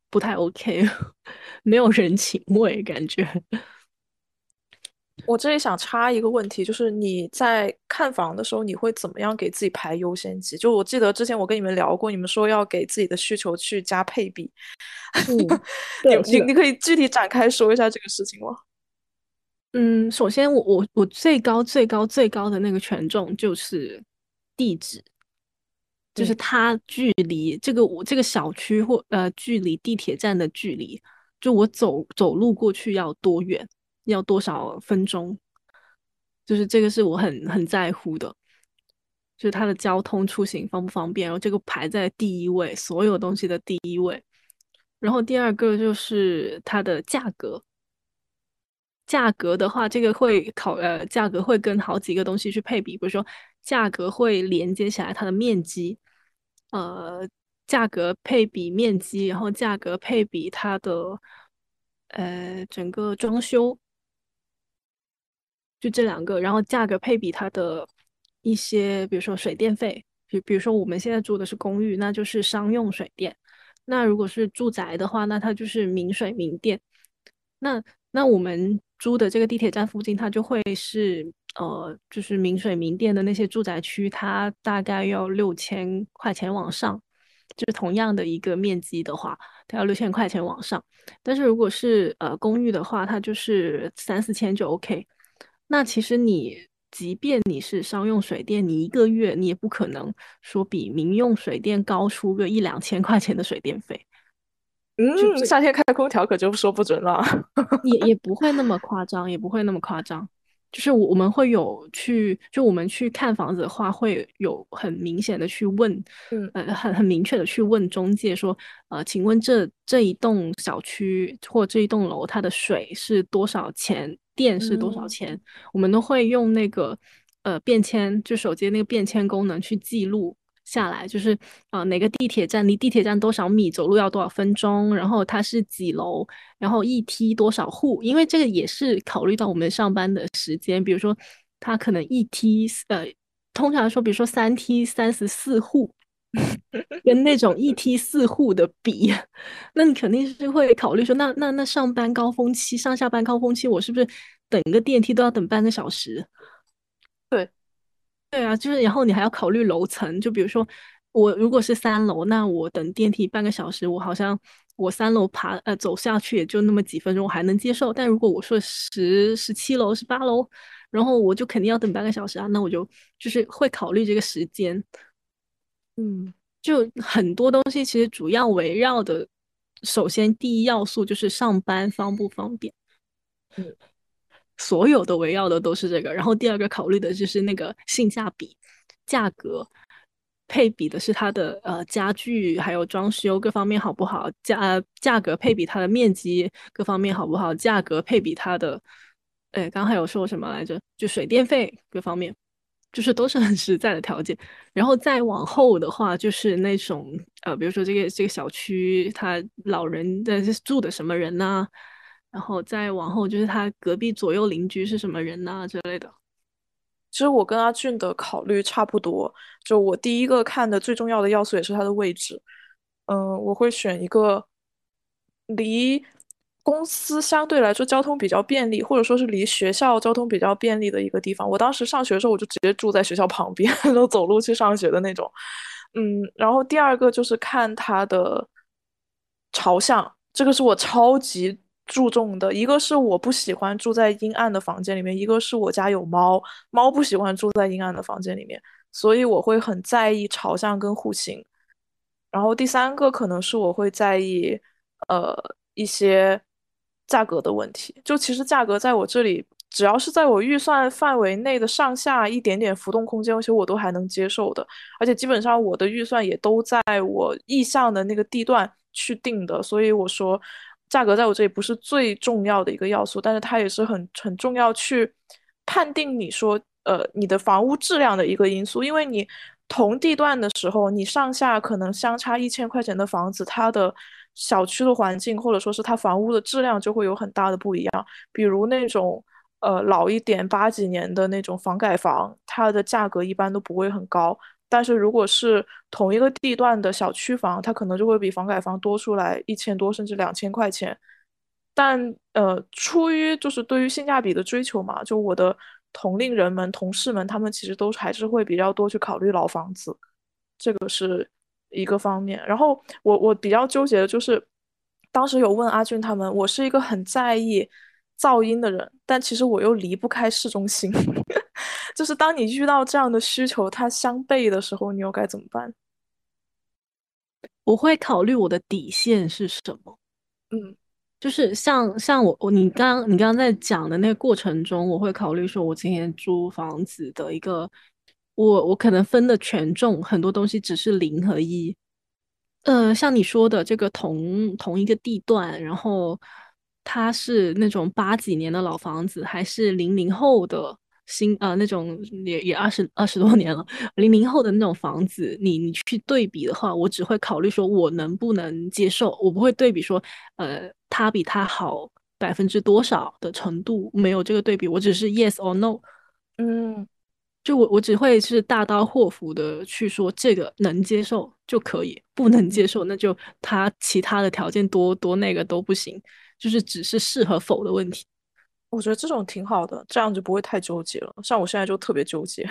不太 OK， 没有人情味感觉。 我这里想插一个问题，就是你在看房的时候，你会怎么样给自己排优先级？就我记得之前我跟你们聊过，你们说要给自己的需求去加配比， 嗯， 你对，是的。 你你可以具体展开说一下这个事情吗？ 嗯，首先我我我最高最高最高的那个权重就是地址，就是嗯它距离这个我这个小区或呃距离地铁站的距离，就我走走路过去要多远，要多少分钟，就是这个是我很很在乎的，就是它的交通出行方不方便，然后这个排在第一位，所有东西的第一位。然后第二个就是它的价格，价格的话，这个会考呃，价格会跟好几个东西去配比，比如说价格会连接起来它的面积，呃，价格配比面积，然后价格配比它的呃整个装修，就这两个，然后价格配比它的一些，比如说水电费，比比如说我们现在住的是公寓，那就是商用水电。那如果是住宅的话，那它就是民水民电。那那我们租的这个地铁站附近，它就会是呃，就是民水民电的那些住宅区，它大概要六千块钱往上，就是同样的一个面积的话，它要六千块钱往上。但是如果是呃公寓的话，它就是三四千就 OK。那其实你即便你是商用水电，你一个月你也不可能说比民用水电高出个一两千块钱的水电费。就嗯， 这夏天开空调可就说不准了。 也也不会那么夸张，也不会那么夸张。就是我我们会有去，就我们去看房子的话，会有很明显的去问， 嗯呃，很很明确的去问中介说，呃，请问这这一栋小区或这一栋楼它的水是多少钱，电是多少嗯， 钱？我们都会用那个呃便签，就手机那个便签功能去记录下来，就是呃哪个地铁站离地铁站多少米，走路要多少分钟，然后它是几楼，然后一梯多少户，因为这个也是考虑到我们上班的时间，比如说它可能一梯呃，通常说比如说三梯三十四户。跟那种一梯四户的比，那你肯定是会考虑说，那那那上班高峰期、上下班高峰期，我是不是等一个电梯都要等半个小时？ 对， 对啊，就是然后你还要考虑楼层，就比如说我如果是三楼，那我等电梯半个小时，我好像我三楼爬呃走下去也就那么几分钟，我还能接受。但如果我说十十七楼、十八楼，然后我就肯定要等半个小时啊，那我就就是会考虑这个时间。 嗯就很多东西其实主要围绕的，首先第一要素就是上班方不方便。 嗯， 所有的围绕的都是这个。然后第二个考虑的就是那个性价比，价格配比的是它的呃家具还有装修各方面好不好，价呃价格配比它的面积各方面好不好，价格配比它的，哎，刚才有说什么来着？就水电费各方面。就是都是很实在的条件，然后再往后的话，就是那种呃，比如说这个这个小区，他老人的住的什么人呐、然后再往后就是他隔壁左右邻居是什么人呐、之类的。 其实我跟阿俊的考虑差不多，就我第一个看的最重要的要素也是它的位置。嗯，我会选一个离公司相对来说交通比较便利，或者说是离学校交通比较便利的一个地方。我当时上学的时候，我就直接住在学校旁边，都走路去上学的那种。嗯，然后第二个就是看它的朝向，这个是我超级注重的。一个是我不喜欢住在阴暗的房间里面，一个是我家有猫，猫不喜欢住在阴暗的房间里面，所以我会很在意朝向跟户型。然后第三个可能是我会在意，呃，一些价格的问题。就其实价格在我这里，只要是在我预算范围内的上下一点点浮动空间，其实我都还能接受的。而且基本上我的预算也都在我意向的那个地段去定的，所以我说价格在我这里不是最重要的一个要素，但是它也是很很重要去判定你说呃你的房屋质量的一个因素，因为你同地段的时候，你上下可能相差一千块钱的房子，它的小区的环境或者说是它房屋的质量就会有很大的不一样，比如那种。呃，老一点八几年的那种房改房，它的价格一般都不会很高， 但是如果是同一个地段的小区房，它可能就会比房改房多出来一千多甚至两千块钱。但呃，出于就是对于性价比的追求嘛，就我的同龄人们、同事们，他们其实都还是会比较多去考虑老房子，这个是一个方面。然后我我比较纠结的就是，当时有问阿俊他们，我是一个很在意噪音的人，但其实我又离不开市中心。就是当你遇到这样的需求，它相悖的时候，你又该怎么办？ 我会考虑我的底线是什么。 嗯就是像像我我你刚你刚刚在讲的那个过程中，我会考虑说，我今天租房子的一个，我我可能分的权重很多东西只是零和一。呃，像你说的这个同同一个地段，然后它是那种八几年的老房子，还是零零后的新呃那种也也二十二十多年了，零零后的那种房子，你你去对比的话，我只会考虑说我能不能接受，我不会对比说呃它比它好百分之多少的程度，没有这个对比，我只是 yes or no。 嗯。 就我我只会是大刀阔斧的去说这个能接受就可以，不能接受那就他其他的条件多多那个都不行，就是只是是和否的问题。 我觉得这种挺好的，这样就不会太纠结了。像我现在就特别纠结。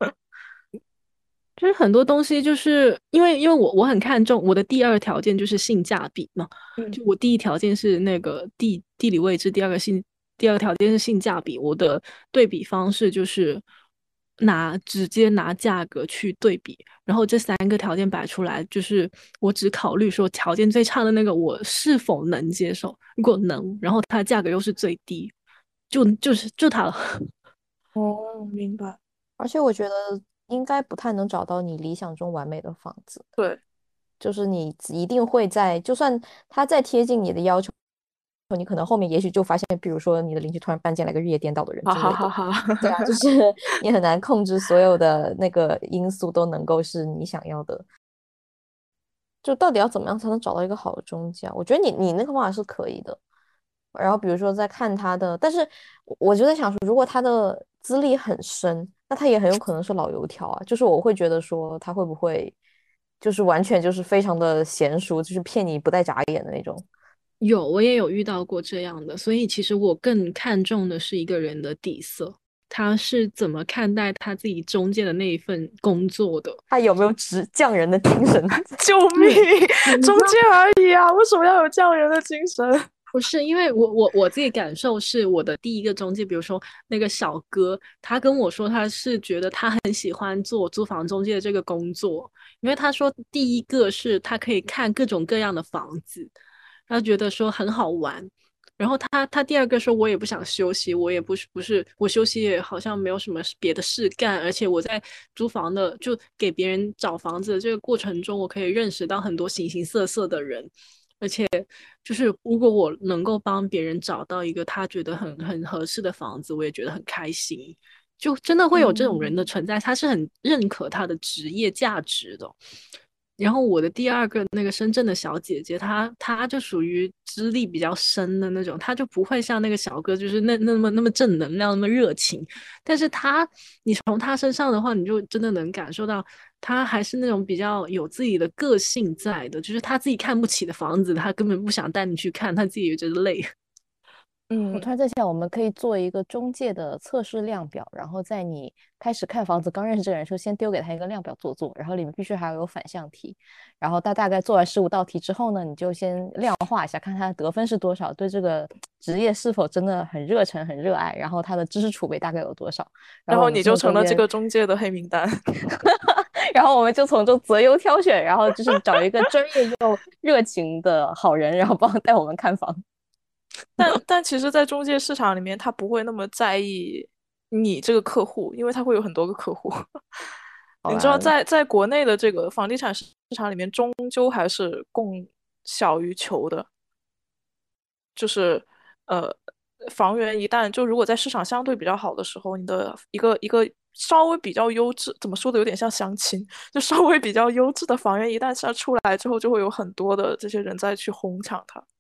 就是很多东西，就是因为因为我我很看重我的第二条件就是性价比嘛， 嗯就我第一条件是那个地地理位置，第二个性第二个条件是性价比。我的对比方式就是拿直接拿价格去对比，然后这三个条件摆出来，就是我只考虑说条件最差的那个我是否能接受，如果能，然后它的价格又是最低，就就是就它了。 哦，明白。 而且我觉得应该不太能找到你理想中完美的房子， 对。 就是你一定会在，就算它再贴近你的要求，你可能后面也许就发现，比如说你的邻居突然搬进来一个日夜颠倒的人哈之类的。 哈哈哈。 对啊，就是你很难控制所有的那个因素都能够是你想要的。就到底要怎么样才能找到一个好的中介啊？我觉得你你那个方法是可以的。然后比如说再看他的，但是我就在想说，如果他的资历很深，那他也很有可能是老油条啊。就是我会觉得说他会不会就是完全就是非常的娴熟，就是骗你不带眨眼的那种。 有，我也有遇到过这样的，所以其实我更看重的是一个人的底色，他是怎么看待他自己中介的那一份工作的。 他有没有执匠人的精神？ 救命！中你知道介而已啊，为什么要有匠人的精神？ 不是，因为我我我自己感受是我的第一个中介，比如说那个小哥，他跟我说他是觉得他很喜欢做租房中介的这个工作，因为他说第一个是他可以看各种各样的房子，他觉得说很好玩。然后他他第二个说，我也不想休息，我也不是不是我休息也好像没有什么别的事干，而且我在租房的就给别人找房子的这个过程中，我可以认识到很多形形色色的人。而且就是如果我能够帮别人找到一个他觉得很很合适的房子，我也觉得很开心。就真的会有这种人的存在，他是很认可他的职业价值的。然后我的第二个那个深圳的小姐姐，她她就属于资历比较深的那种，她就不会像那个小哥，就是那那么那么正能量，那么热情。但是她，你从她身上的话，你就真的能感受到，她还是那种比较有自己的个性在的，就是她自己看不起的房子，她根本不想带你去看，她自己也觉得累。 我嗯。 突然在想，我们可以做一个中介的测试量表，然后在你开始看房子、刚认识这个人的时候，先丢给他一个量表做做，然后里面必须还要有反向题，然后他大概做完十五道题之后呢，你就先量化一下，看他的得分是多少，对这个职业是否真的很热忱、很热爱，然后他的知识储备大概有多少，然后我们然后你就从中间， 成了这个中介的黑名单。 然后我们就从中择优挑选，然后就是找一个专业又热情的好人，然后帮带我们看房。 但但其实，在中介市场里面，他不会那么在意你这个客户，因为他会有很多个客户。 好吧， 你知道在，在国内的这个房地产市场里面，终究还是供小于求的。就是呃，房源一旦就如果在市场相对比较好的时候，你的一个一个稍微比较优质，怎么说的有点像相亲，就稍微比较优质的房源一旦是出来之后，就会有很多的这些人再去哄抢它。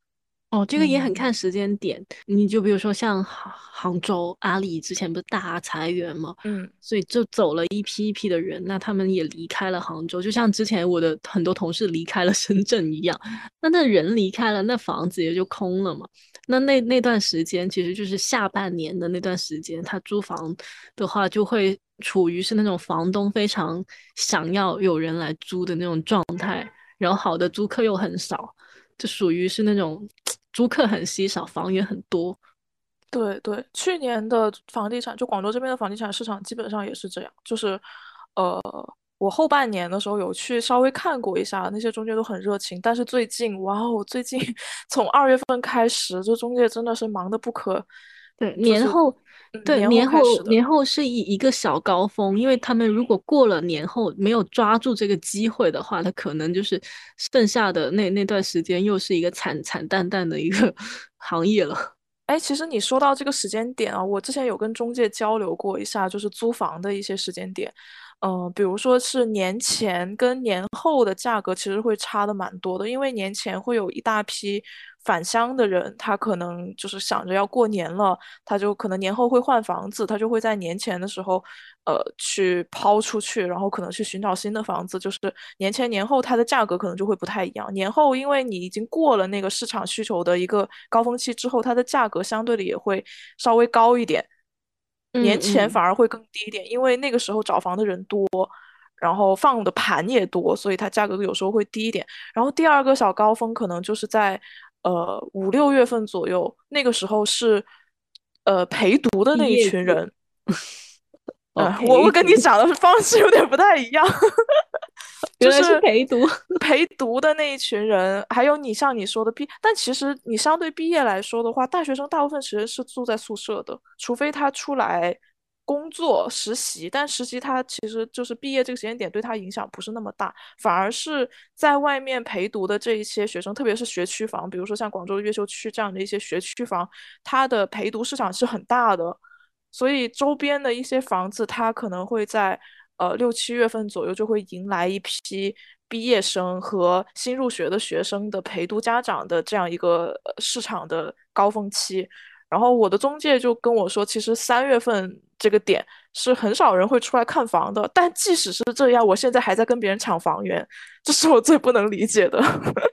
哦，这个也很嗯看时间点。你就比如说像杭杭州阿里之前不是大裁员嘛， 嗯， 所以就走了一批一批的人，那他们也离开了杭州，就像之前我的很多同事离开了深圳一样。那那人离开了，那房子也就空了嘛。那那那段时间其实就是下半年的那段时间，他租房的话就会处于是那种房东非常想要有人来租的那种状态，然后好的租客又很少。就属于是那种租客很稀少，房源很多。 对对，去年的房地产，就广州这边的房地产市场基本上也是这样，就是，呃，我后半年的时候有去稍微看过一下，那些中介都很热情，但是最近，哇哦，最近从二月份开始，这中介真的是忙得不可， 对， 就是年后，对， 嗯年后年后， 开始的。 年后是一一个小高峰，因为他们如果过了年后没有抓住这个机会的话，他可能就是剩下的那那段时间又是一个惨惨淡淡的一个行业了。 哎，其实你说到这个时间点啊，我之前有跟中介交流过一下，就是租房的一些时间点，嗯、比如说是年前跟年后的价格其实会差的蛮多的，因为年前会有一大批返乡的人，他可能就是想着要过年了，他就可能年后会换房子，他就会在年前的时候，呃，去抛出去，然后可能去寻找新的房子，就是年前年后它的价格可能就会不太一样。年后因为你已经过了那个市场需求的一个高峰期之后，它的价格相对的也会稍微高一点，年前嗯嗯， 反而会更低一点，因为那个时候找房的人多。然后放的盘也多，所以它价格有时候会低一点。然后第二个小高峰可能就是在呃五六月份左右，那个时候是呃陪读的那一毕业季。 群人。 哦， 嗯，我我跟你陪读， 讲的方式有点不太一样， 原来是就是陪读。 陪读的那一群人，还有你像你说的毕，但其实你相对毕业来说的话，大学生大部分其实是住在宿舍的，除非他出来工作实习，但实习他其实就是毕业这个时间点对他影响不是那么大，反而是在外面陪读的这一些学生，特别是学区房，比如说像广州的越秀区这样的一些学区房，它的陪读市场是很大的。所以周边的一些房子，它可能会在呃六七月份左右就会迎来一批毕业生和新入学的学生的陪读家长的这样一个呃市场的高峰期。然后我的中介就跟我说，其实三月份这个点是很少人会出来看房的。但即使是这样，我现在还在跟别人抢房源，这是我最不能理解的。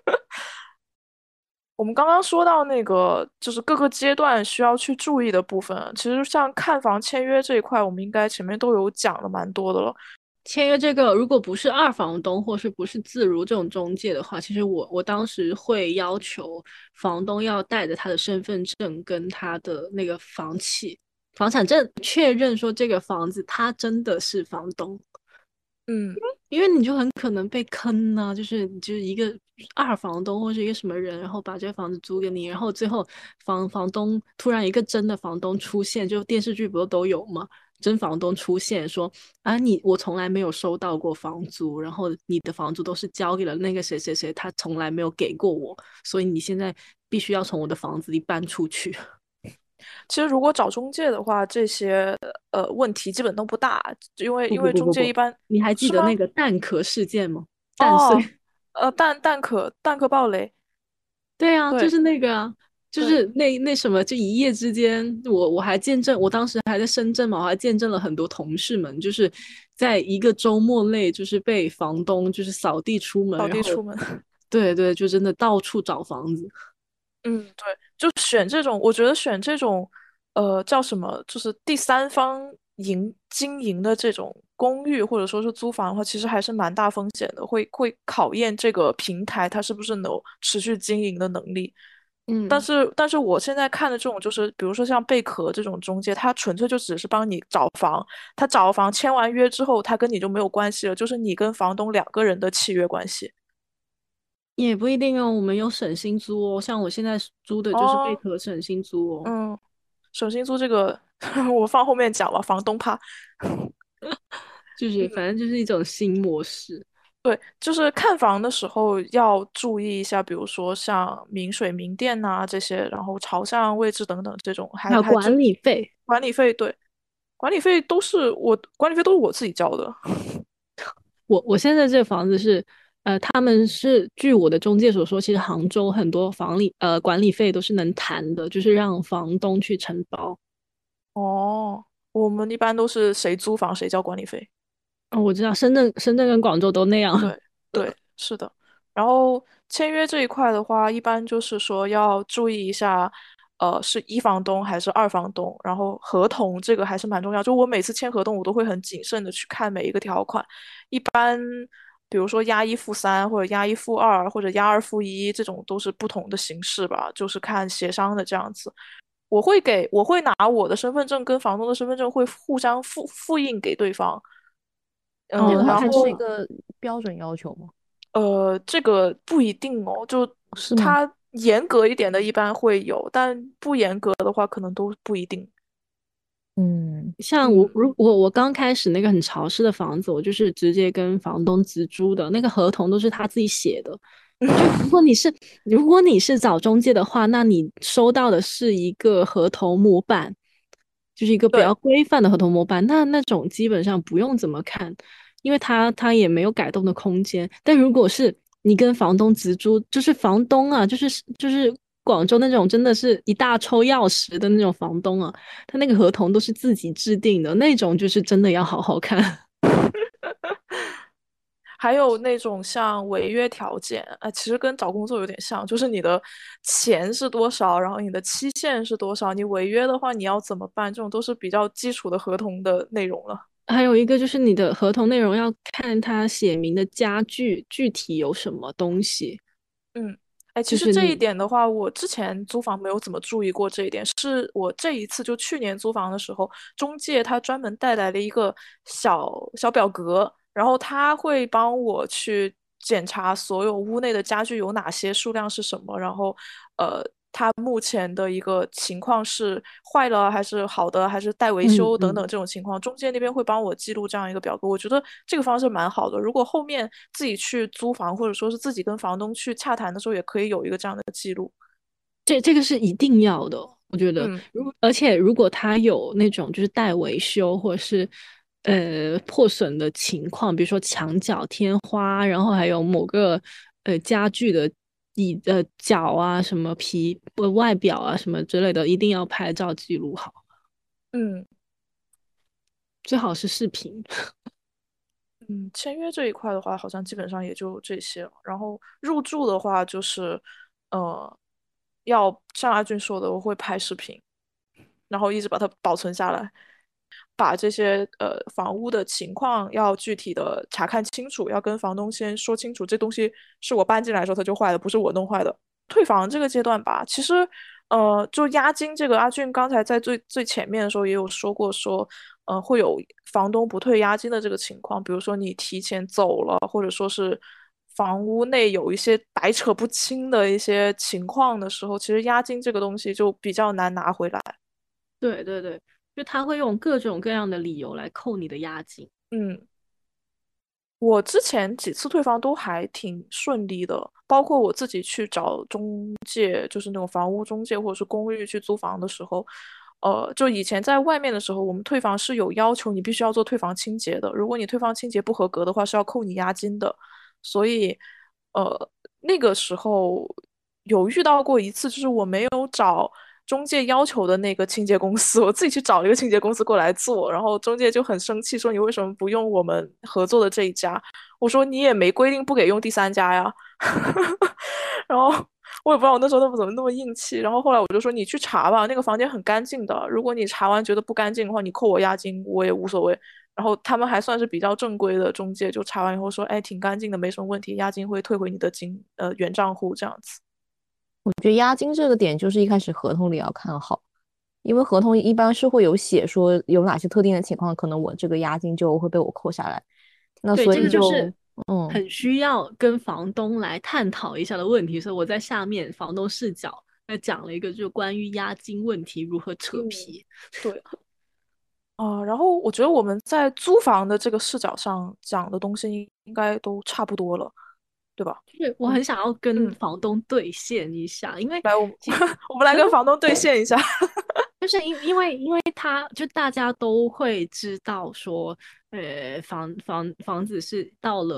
我们刚刚说到那个，就是各个阶段需要去注意的部分。其实像看房签约这一块，我们应该前面都有讲了蛮多的了。 签约这个，如果不是二房东或是不是自如这种中介的话，其实我我当时会要求房东要带着他的身份证跟他的那个房契、房产证，确认说这个房子他真的是房东。 嗯， 因为你就很可能被坑呢、就是就是一个二房东或是一个什么人，然后把这个房子租给你，然后最后房房东突然一个真的房东出现，就电视剧不是都有吗？真房东出现说啊，你我从来没有收到过房租，然后你的房租都是交给了那个谁谁谁，他从来没有给过我，所以你现在必须要从我的房子里搬出去。 其实如果找中介的话，这些呃问题基本都不大，因为不因为不不不不， 中介一般你还记是吗？ 得那个蛋壳事件吗？蛋碎。 哦，呃，蛋蛋壳蛋壳暴雷， 对啊，就对是那个啊，就对。 是那那什么，就一夜之间，我我还见证，我当时还在深圳嘛，我还见证了很多同事们，就是在一个周末内，就是被房东就是扫地出门，然后扫地出门。 对对，就真的到处找房子。 嗯，对，就选这种，我觉得选这种，呃，叫什么，就是第三方营经营的这种公寓或者说是租房的话，其实还是蛮大风险的，会会考验这个平台它是不是能有持续经营的能力。但嗯， 是，但是我现在看的这种，就是比如说像贝壳这种中介，他纯粹就只是帮你找房，他找房签完约之后，他跟你就没有关系了，就是你跟房东两个人的契约关系。 也不一定哦，我们有省心租哦，像我现在租的就是贝哦， 壳省心租哦， 嗯，省心租这个我放后面讲吧，房东怕。 就是嗯， 反正就是一种新模式， 对，就是看房的时候要注意一下，比如说像明水、明电呐、这些，然后朝向位置等等这种，还还真还有管理费。 管理费，对，管理费都是我管理费都是我自己交的。 我我现在这个房子是呃，他们是据我的中介所说，其实杭州很多房理呃管理费都是能谈的，就是让房东去承包。 哦，我们一般都是谁租房谁交管理费。 哦，我知道深圳、深圳跟广州都那样。 对对，是的。然后签约这一块的话，一般就是说要注意一下，呃，是一房东还是二房东，然后合同这个还是蛮重要。就我每次签合同，我都会很谨慎的去看每一个条款。一般比如说押一付三，或者押一付二，或者押二付一，这种都是不同的形式吧，就是看协商的这样子。我会给，我会拿我的身份证跟房东的身份证会互相复复印给对方。嗯， 这个好然后像是一个标准要求吗？ 呃，这个不一定哦，就是吗？ 它严格一点的，一般会有，但不严格的话，可能都不一定。 嗯像我嗯， 如我我刚开始那个很潮湿的房子，我就是直接跟房东直租的，那个合同都是他自己写的。就如果你是如果你是找中介的话，那你收到的是一个合同模板，就是一个比对， 较规范的合同模板，那那种基本上不用怎么看，因为他他也没有改动的空间。但如果是你跟房东直租，就是房东啊，就是就是广州那种真的是一大抽钥匙的那种房东啊，他那个合同都是自己制定的那种，就是真的要好好看。 还有那种像违约条件，啊，其实跟找工作有点像，就是你的钱是多少，然后你的期限是多少，你违约的话你要怎么办，这种都是比较基础的合同的内容了。 还有一个就是你的合同内容要看他写明的家具具体有什么东西， 嗯，哎，其实这一就是你点的话，我之前租房没有怎么注意过这一点，是我这一次就去年租房的时候，中介他专门带来了一个小小表格，然后他会帮我去检查所有屋内的家具有哪些，数量是什么，然后呃，它目前的一个情况是坏了还是好的，还是待维修等等嗯嗯。 这种情况，中介那边会帮我记录这样一个表格。我觉得这个方式蛮好的。如果后面自己去租房，或者说是自己跟房东去洽谈的时候，也可以有一个这样的记录。 这这个是一定要的，我觉得， 嗯如果而且如果他有那种就是待维修或者是呃破损的情况，比如说墙角、天花，然后还有某个呃家具的椅呃角啊、什么皮呃外表啊什么之类的，一定要拍照记录好， 嗯最好是视频。 嗯，签约这一块的话，好像基本上也就这些了。然后入住的话，就是呃，要像阿俊说的，我会拍视频，然后一直把它保存下来。把这些呃房屋的情况要具体的查看清楚，要跟房东先说清楚，这东西是我搬进来的时候它就坏了，不是我弄坏的。退房这个阶段吧，其实呃，就押金这个，阿俊刚才在最最前面的时候也有说过说，呃，会有房东不退押金的这个情况，比如说你提前走了，或者说是房屋内有一些白扯不清的一些情况的时候，其实押金这个东西就比较难拿回来。 对对对，就他会用各种各样的理由来扣你的押金。 嗯。我之前几次退房都还挺顺利的，包括我自己去找中介，就是那种房屋中介或者是公寓去租房的时候，呃，就以前在外面的时候，我们退房是有要求你必须要做退房清洁的，如果你退房清洁不合格的话，是要扣你押金的。所以，呃，那个时候有遇到过一次，就是我没有找中介要求的那个清洁公司，我自己去找了一个清洁公司过来做，然后中介就很生气，说你为什么不用我们合作的这一家？我说你也没规定不给用第三家呀。然后我也不知道我那时候怎么怎么那么硬气，然后后来我就说你去查吧，那个房间很干净的，如果你查完觉得不干净的话，你扣我押金我也无所谓。然后他们还算是比较正规的中介，就查完以后说，哎，挺干净的，没什么问题，押金会退回你的金呃原账户这样子。 我觉得押金这个点就是一开始合同里要看好，因为合同一般是会有写说有哪些特定的情况，可能我这个押金就会被我扣下来。那对， 所这以就个就是嗯， 很需要跟房东来探讨一下的问题，所以我在下面房东视角那讲了一个就是关于押金问题如何扯嗯， 皮。 对。啊，然后我觉得我们在租房的这个视角上讲的东西应该都差不多了，对吧？ 就是我嗯很想要跟嗯， 房东兑现一下，因为来，我们其实我们来跟房东兑现一下。 就是因因为因为他就大家都会知道说，呃，房房房子是到了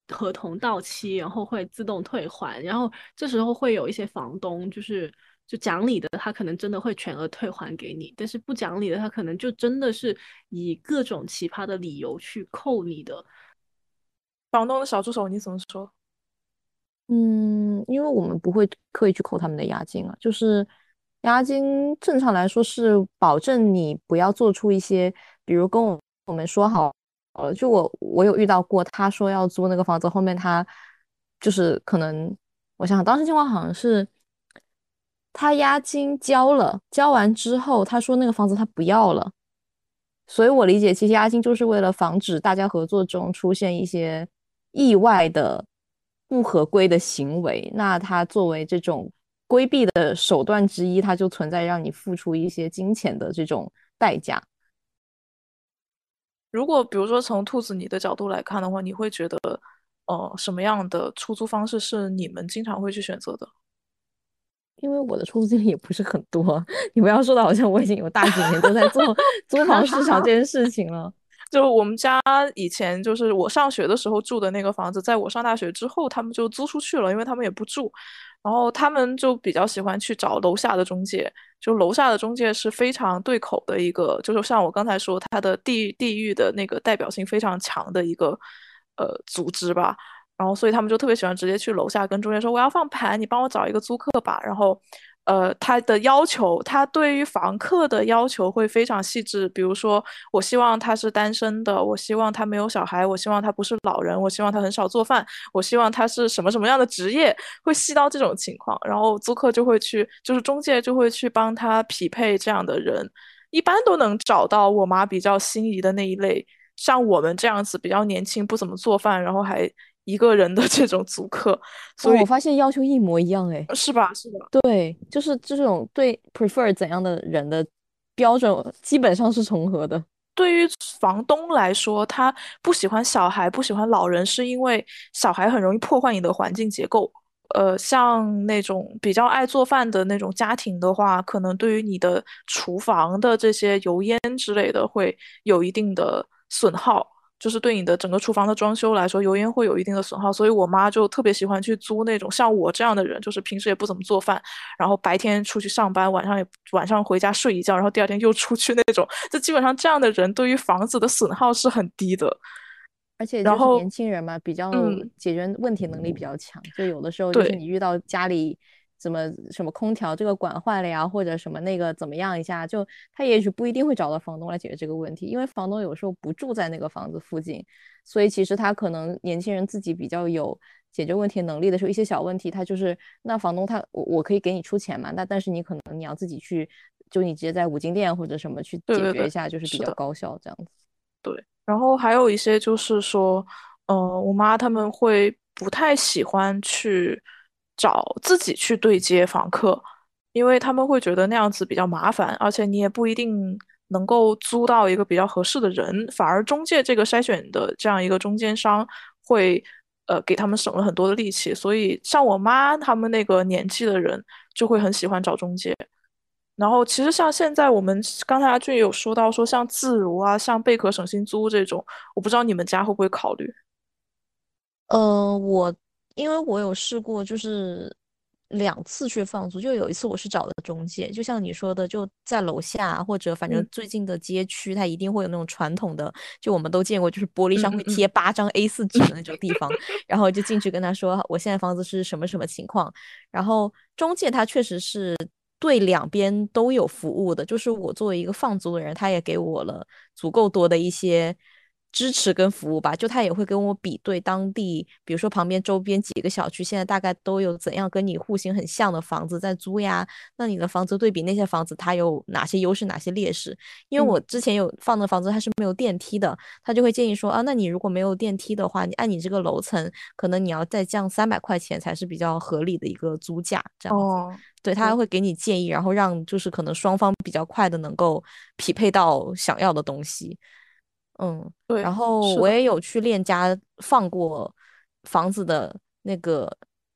合同到期，然后会自动退还，然后这时候会有一些房东就是就讲理的，他可能真的会全额退还给你，但是不讲理的，他可能就真的是以各种奇葩的理由去扣你的。 房东的小助手你怎么说？ 嗯，因为我们不会刻意去扣他们的押金啊，就是押金正常来说是保证你不要做出一些，比如跟我我们说好了，就我我有遇到过，他说要租那个房子，后面他就是可能，我想想当时情况好像是他押金交了，交完之后他说那个房子他不要了，所以我理解其实押金就是为了防止大家合作中出现一些意外的不合规的行为，那它作为这种规避的手段之一，它就存在让你付出一些金钱的这种代价。 如果比如说从兔子你的角度来看的话，你会觉得，呃，什么样的出租方式是你们经常会去选择的？ 因为我的出租经历也不是很多，你不要说的好像我已经有大几年都在做租房市场这件事情了。 就我们家以前就是我上学的时候住的那个房子，在我上大学之后，他们就租出去了，因为他们也不住。然后他们就比较喜欢去找楼下的中介，就楼下的中介是非常对口的一个，就是像我刚才说，它的地地域的那个代表性非常强的一个呃组织吧。然后所以他们就特别喜欢直接去楼下跟中介说我要放盘，你帮我找一个租客吧。然后呃，他的要求，他对于房客的要求会非常细致。比如说，我希望他是单身的，我希望他没有小孩，我希望他不是老人，我希望他很少做饭，我希望他是什么什么样的职业，会细到这种情况。然后租客就会去，就是中介就会去帮他匹配这样的人，一般都能找到我妈比较心仪的那一类。像我们这样子比较年轻，不怎么做饭，然后还一个人的这种租客， 哦， 所以我发现要求一模一样诶。 是吧？是吧？ 对，就是这种对 prefer 怎样的人的标准基本上是重合的。 对于房东来说，他不喜欢小孩，不喜欢老人，是因为小孩很容易破坏你的环境结构。呃，像那种比较爱做饭的那种家庭的话，可能对于你的厨房的这些油烟之类的会有一定的损耗，就是对你的整个厨房的装修来说，油烟会有一定的损耗。所以我妈就特别喜欢去租那种像我这样的人，就是平时也不怎么做饭，然后白天出去上班，晚上也晚上回家睡一觉，然后第二天又出去那种。就基本上这样的人对于房子的损耗是很低的。 而且就是年然后， 轻人嘛，比较嗯， 解决问题能力比较强，就有的时候就是对你遇到家里怎么什么空调这个管坏了呀，或者什么那个怎么样一下，就他也许不一定会找到房东来解决这个问题，因为房东有时候不住在那个房子附近，所以其实他可能年轻人自己比较有解决问题能力的时候，一些小问题他就是那房东他我我可以给你出钱嘛，那但是你可能你要自己去，就你直接在五金店或者什么去对对对， 解决一下，就是比是的。 较高效这样子。 对，然后还有一些就是说，嗯、我妈他们会不太喜欢去找自己去对接房客，因为他们会觉得那样子比较麻烦，而且你也不一定能够租到一个比较合适的人，反而中介这个筛选的这样一个中间商会，呃，给他们省了很多的力气，所以像我妈他们那个年纪的人就会很喜欢找中介。然后其实像现在我们刚才阿俊也有说到说像自如啊，像贝壳省心租这种，我不知道你们家会不会考虑。 呃，我因为我有试过，就是两次去放租，就有一次我是找的中介，就像你说的，就在楼下或者反正嗯最近的街区，它一定会有那种传统的，就我们都见过，就是玻璃上会嗯嗯嗯贴八张 A 四 纸的那种地方，然后就进去跟他说我现在房子是什么什么情况，然后中介他确实是对两边都有服务的，就是我作为一个放租的人，他也给我了足够多的一些支持跟服务吧，就他也会跟我比对当地，比如说旁边周边几个小区现在大概都有怎样跟你户型很像的房子在租呀，那你的房子对比那些房子，它有哪些优势，哪些劣势？因为我嗯， 之前有放的房子它是没有电梯的，他就会建议说啊，那你如果没有电梯的话，你按你这个楼层，可能你要再降三百块钱才是比较合理的一个租价，这样子。 哦， 对，他还对， 会给你建议，然后让就是可能双方比较快的能够匹配到想要的东西。嗯，然对， 后是的， 我也有去链家放过房子的那个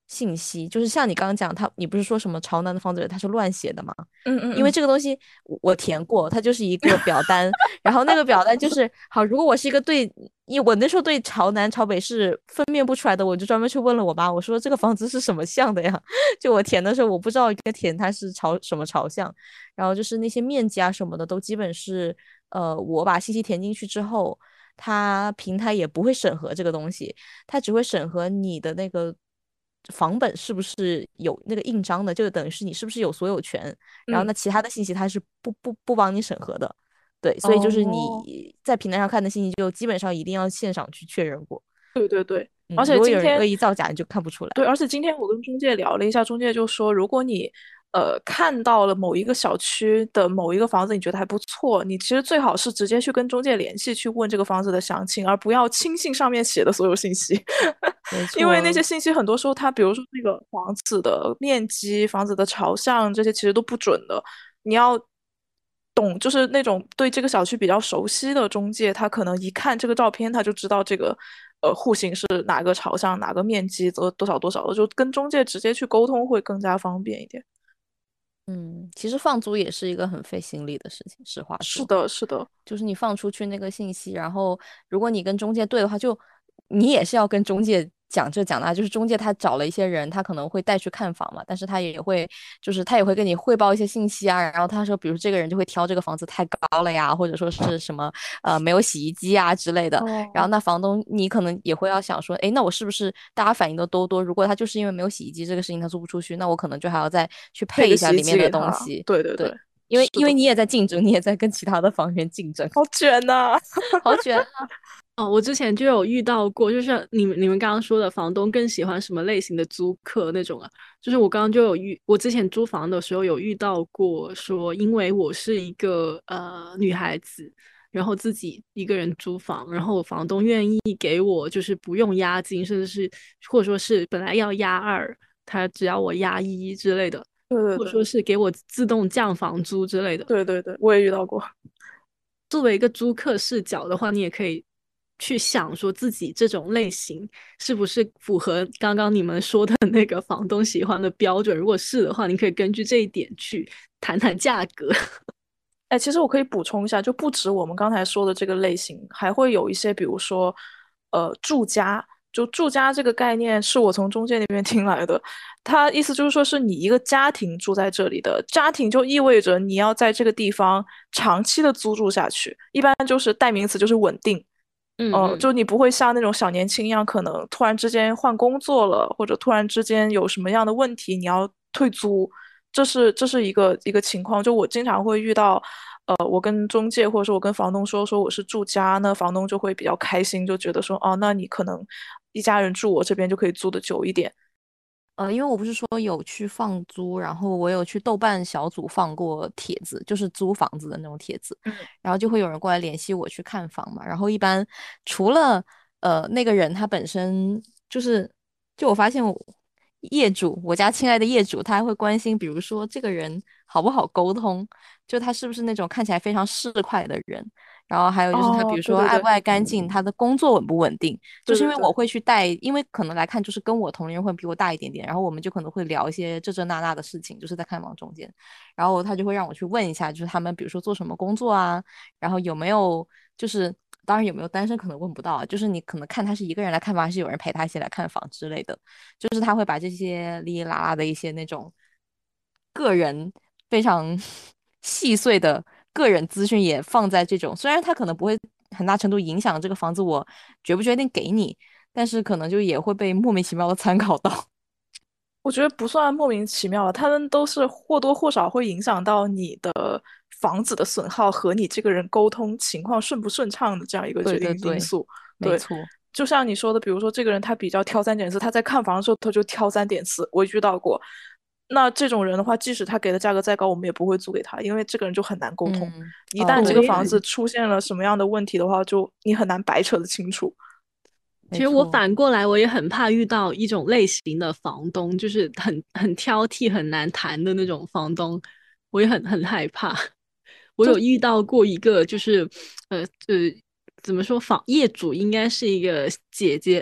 信息，就是像你刚刚讲，他你不是说什么朝南的房子它是乱写的吗？因为嗯嗯嗯， 这个东西我我填过，它就是一个表单，然后那个表单就是好，如果我是一个对，因为我那时候对朝南朝北是分辨不出来的，我就专门去问了我妈，我说这个房子是什么向的呀？就我填的时候，我不知道应该填它是朝什么朝向，然后就是那些面积啊什么的都基本是呃我把信息填进去之后。它平台也不会审核这个东西，它只会审核你的那个房本是不是有那个印章的，就等于是你是不是有所有权。然后嗯， 那其他的信息它是不不不帮你审核的，对，所以就是哦， 你在平台上看的信息就基本上一定要现场去确认过。 对对对，而嗯，如果有人恶且今天意造假，你就看不出来。 对，而且今天我跟中介聊了一下，中介就说，如果你呃看到了某一个小区的某一个房子，你觉得还不错，你其实最好是直接去跟中介联系，去问这个房子的详情，而不要轻信上面写的所有信息， 没因为那些错。 信息很多时候它，比如说那个房子的面积、房子的朝向这些，其实都不准的。你要懂，就是那种对这个小区比较熟悉的中介，他可能一看这个照片，他就知道这个呃户型是哪个朝向、哪个面积多多少多少的，就跟中介直接去沟通会更加方便一点。 嗯，其实放租也是一个很费心力的事情，实话说。 是的，是的， 就是你放出去那个信息，然后如果你跟中介对的话，就你也是要跟中介讲这讲那，就是中介他找了一些人，他可能会带去看房嘛，但是他也会就是他也会跟你汇报一些信息啊，然后他说，比如这个人就会挑这个房子太高了呀，或者说是什么呃没有洗衣机啊之类的，然后哦， 那房东你可能也会要想说，哎，那我是不是大家反应都都多？如果他就是因为没有洗衣机这个事情他租不出去，那我可能就还要再去配一下配个洗衣里面的机给他。 东西， 对对对， 对。因为是的， 因为你也在竞争，你也在跟其他的房源竞争， 好卷呐、 好卷。 哦，我之前就有遇到过，就是你们你们刚刚说的，房东更喜欢什么类型的租客那种啊？就是我刚刚就有遇，我之前租房的时候有遇到过，说因为我是一个呃女孩子，然后自己一个人租房，然后房东愿意给我就是不用押金，甚至是或者说是本来要押二，他只要我押一之类的， 对对对或者说是给我自动降房租之类的。 对对对，我也遇到过。 作为一个租客视角的话，你也可以去想说自己这种类型是不是符合刚刚你们说的那个房东喜欢的标准。如果是的话，你可以根据这一点去谈谈价格。 哎，其实我可以补充一下，就不止我们刚才说的这个类型，还会有一些，比如说，呃，住家。就住家这个概念是我从中介那边听来的，他意思就是说是你一个家庭住在这里的，家庭就意味着你要在这个地方长期的租住下去，一般就是代名词就是稳定。呃， 嗯嗯， 就你不会像那种小年轻一样，可能突然之间换工作了，或者突然之间有什么样的问题，你要退租，这是这是一个一个情况。就我经常会遇到，呃，我跟中介或者说我跟房东说说我是住家，那房东就会比较开心，就觉得说哦，那你可能一家人住我这边就可以租的久一点。 呃，因为我不是说有去放租，然后我有去豆瓣小组放过帖子，就是租房子的那种帖子， 嗯， 然后就会有人过来联系我去看房嘛。然后一般除了呃那个人他本身就是，就我发现我业主，我家亲爱的业主，他还会关心，比如说这个人好不好沟通，就他是不是那种看起来非常市侩的人。然后还有就是他，比哦， 如对对对说爱不爱干净，他的工作稳不稳定，就是因对对对， 为我会去带，因为可能来看就是跟我同龄人会比我大一点点，然后我们就可能会聊一些这这那那的事情，就是在看房中间，然后他就会让我去问一下，就是他们比如说做什么工作啊，然后有没有就是当然有没有单身可能问不到啊，就是你可能看他是一个人来看房，还是有人陪他一起来看房之类的，就是他会把这些哩哩啦啦的一些那种个人非常细碎的个人资讯也放在这种，虽然他可能不会很大程度影响这个房子我决不决定给你，但是可能就也会被莫名其妙的参考到。 我觉得不算莫名其妙，他们都是或多或少会影响到你的房子的损耗和你这个人沟通情况顺不顺畅的这样一个决定对对对， 因素。对， 没错。 就像你说的，比如说这个人他比较挑三拣四，他在看房的时候他就挑三拣四，我遇到过。那这种人的话，即使他给的价格再高，我们也不会租给他，因为这个人就很难沟通。 嗯， 一哦， 旦这个对， 房子出现了什么样的问题的话，就你很难白扯得清楚。 其实我没错。 反过来，我也很怕遇到一种类型的房东，就是很很挑剔、很难谈的那种房东，我也很很害怕。我有遇到过一个，就是呃呃，怎么说，房业主应该是一个姐姐，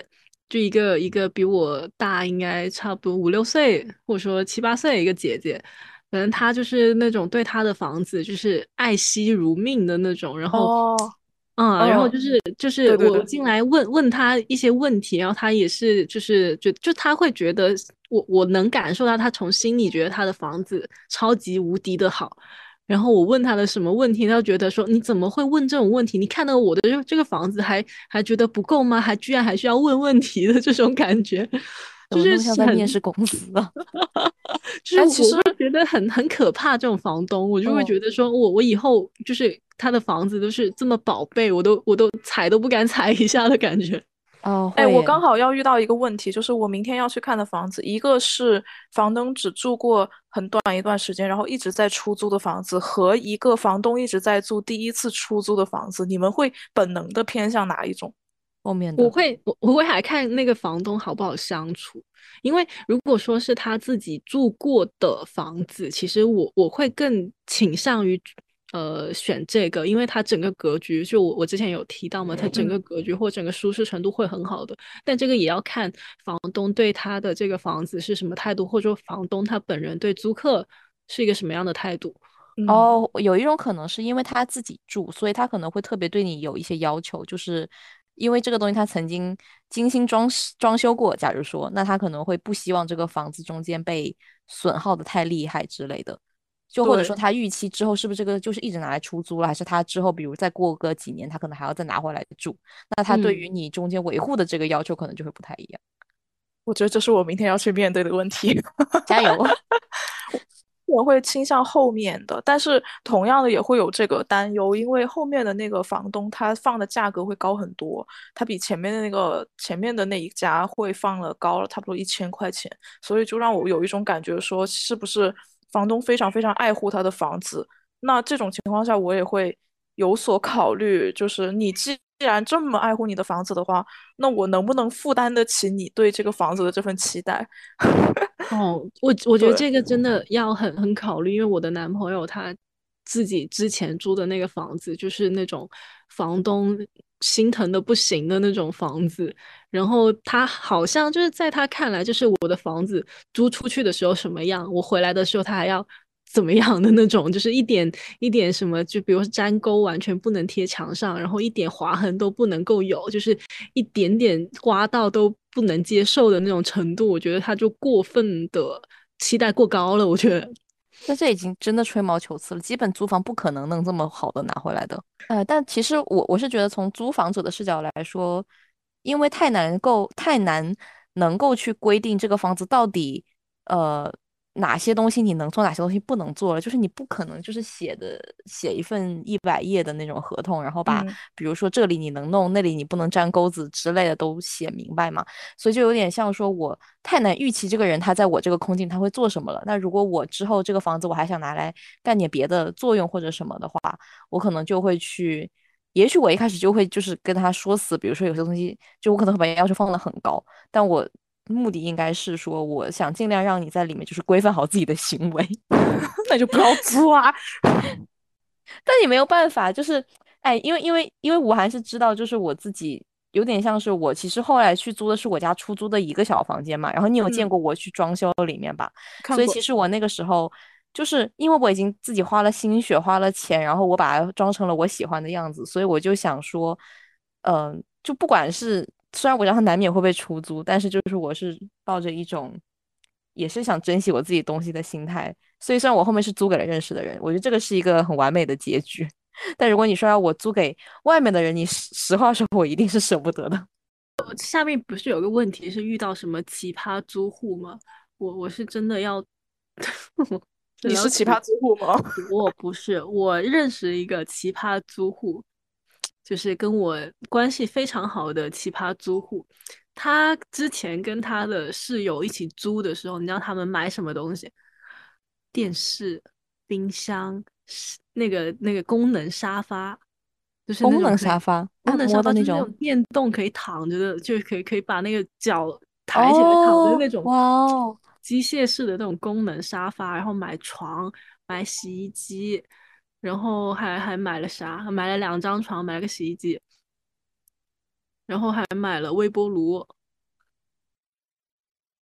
就一个一个比我大应该差不多五六岁，或者说七八岁一个姐姐，反正她就是那种对她的房子就是爱惜如命的那种，然后。 哦， 嗯，然后嗯， 就是就是对对对， 我进来问问他一些问题，然后他也是就是觉就他会觉得我我能感受到他从心里觉得他的房子超级无敌的好，然后我问他的什么问题，他就觉得说你怎么会问这种问题？你看到我的这这个房子还还觉得不够吗？还居然还需要问问题的这种感觉， 怎么那么像在面试公司啊？ 就是哎，其实， 我会觉得很很可怕，这种房东，我就会嗯， 觉得说我我以后就是他的房子都是这么宝贝，我都我都踩都不敢踩一下的感觉。 哦， 哎， 会耶。 我刚好要遇到一个问题，就是我明天要去看的房子，一个是房东只住过很短一段时间，然后一直在出租的房子，和一个房东一直在租第一次出租的房子，你们会本能的偏向哪一种？ 后面的。 我会我我会还看那个房东好不好相处，因为如果说是他自己住过的房子，其实我我会更倾向于呃选这个，因为它整个格局，就我我之前有提到嘛，它整个嗯， 格局或整个舒适程度会很好的，但这个也要看房东对他的这个房子是什么态度，或者说房东他本人对租客是一个什么样的态度。 嗯， 哦，有一种可能是因为他自己住，所以他可能会特别对你有一些要求，就是因为这个东西他曾经精心装饰装修过，假如说，那他可能会不希望这个房子中间被损耗的太厉害之类的。就或者说对， 他预期之后是不是这个就是一直拿来出租了，还是他之后比如再过个几年，他可能还要再拿回来住，那他对于嗯。 你中间维护的这个要求可能就会不太一样。 我觉得这是我明天要去面对的问题。 加油！ 我会倾向后面的，但是同样的也会有这个担忧，因为后面的那个房东他放的价格会高很多，他比前面的那个前面的那一家会放了高了差不多一千块钱，所以就让我有一种感觉说，是不是房东非常非常爱护他的房子？那这种情况下，我也会有所考虑，就是你既然这么爱护你的房子的话，那我能不能负担得起你对这个房子的这份期待？ 哦，我我觉得对， 这个真的要很很考虑，因为我的男朋友他自己之前租的那个房子，就是那种房东心疼的不行的那种房子，然后他好像就是在他看来，就是我的房子租出去的时候什么样，我回来的时候他还要怎么样的那种，就是一点一点什么，就比如说粘钩完全不能贴墙上，然后一点划痕都不能够有，就是一点点刮到都不能接受的那种程度，我觉得他就过分的期待过高了，我觉得。 那这已经真的吹毛求疵了，基本租房不可能能这么好的拿回来的。呃，但其实我我是觉得从租房者的视角来说，因为太难够太难能够去规定这个房子到底呃哪些东西你能做，哪些东西不能做了，就是你不可能就是写的写一份一百页的那种合同，然后把嗯。 比如说这里你能弄，那里你不能粘钩子之类的都写明白嘛。所以就有点像说，我太难预期这个人他在我这个空间他会做什么了。那如果我之后这个房子我还想拿来干点别的作用或者什么的话，我可能就会去，也许我一开始就会就是跟他说死，比如说有些东西，就我可能会把要求放得很高，但我目的应该是说，我想尽量让你在里面就是规范好自己的行为。 那就不要租啊。 但也没有办法，就是哎，因为因为因为我还是知道，就是我自己有点像是我其实后来去租的是我家出租的一个小房间嘛，然后你有见嗯， 过我去装修里面吧？所以看过。 其实我那个时候就是因为我已经自己花了心血花了钱，然后我把它装成了我喜欢的样子，所以我就想说，嗯、就不管是虽然我知道它难免会被出租，但是就是我是抱着一种也是想珍惜我自己东西的心态。所以虽然我后面是租给了认识的人，我觉得这个是一个很完美的结局。但如果你说要我租给外面的人，你实实话说，我一定是舍不得的。 下面不是有个问题是遇到什么奇葩租户吗？我我是真的要，真的要吐。 你是奇葩租户吗？ 我不是，我认识一个奇葩租户，就是跟我关系非常好的奇葩租户。他之前跟他的室友一起租的时候，你知道他们买什么东西？电视、冰箱、是那个那个功能沙发，就是那功能种可以沙发，按功能沙发， 摩的那种。 就是那种电动可以躺着的，就是可以可以把那个脚抬起来躺着的哦， 那种哇哦， 机械式的那种功能沙发，然后买床、买洗衣机，然后还还买了啥？买了两张床，买了个洗衣机，然后还买了微波炉，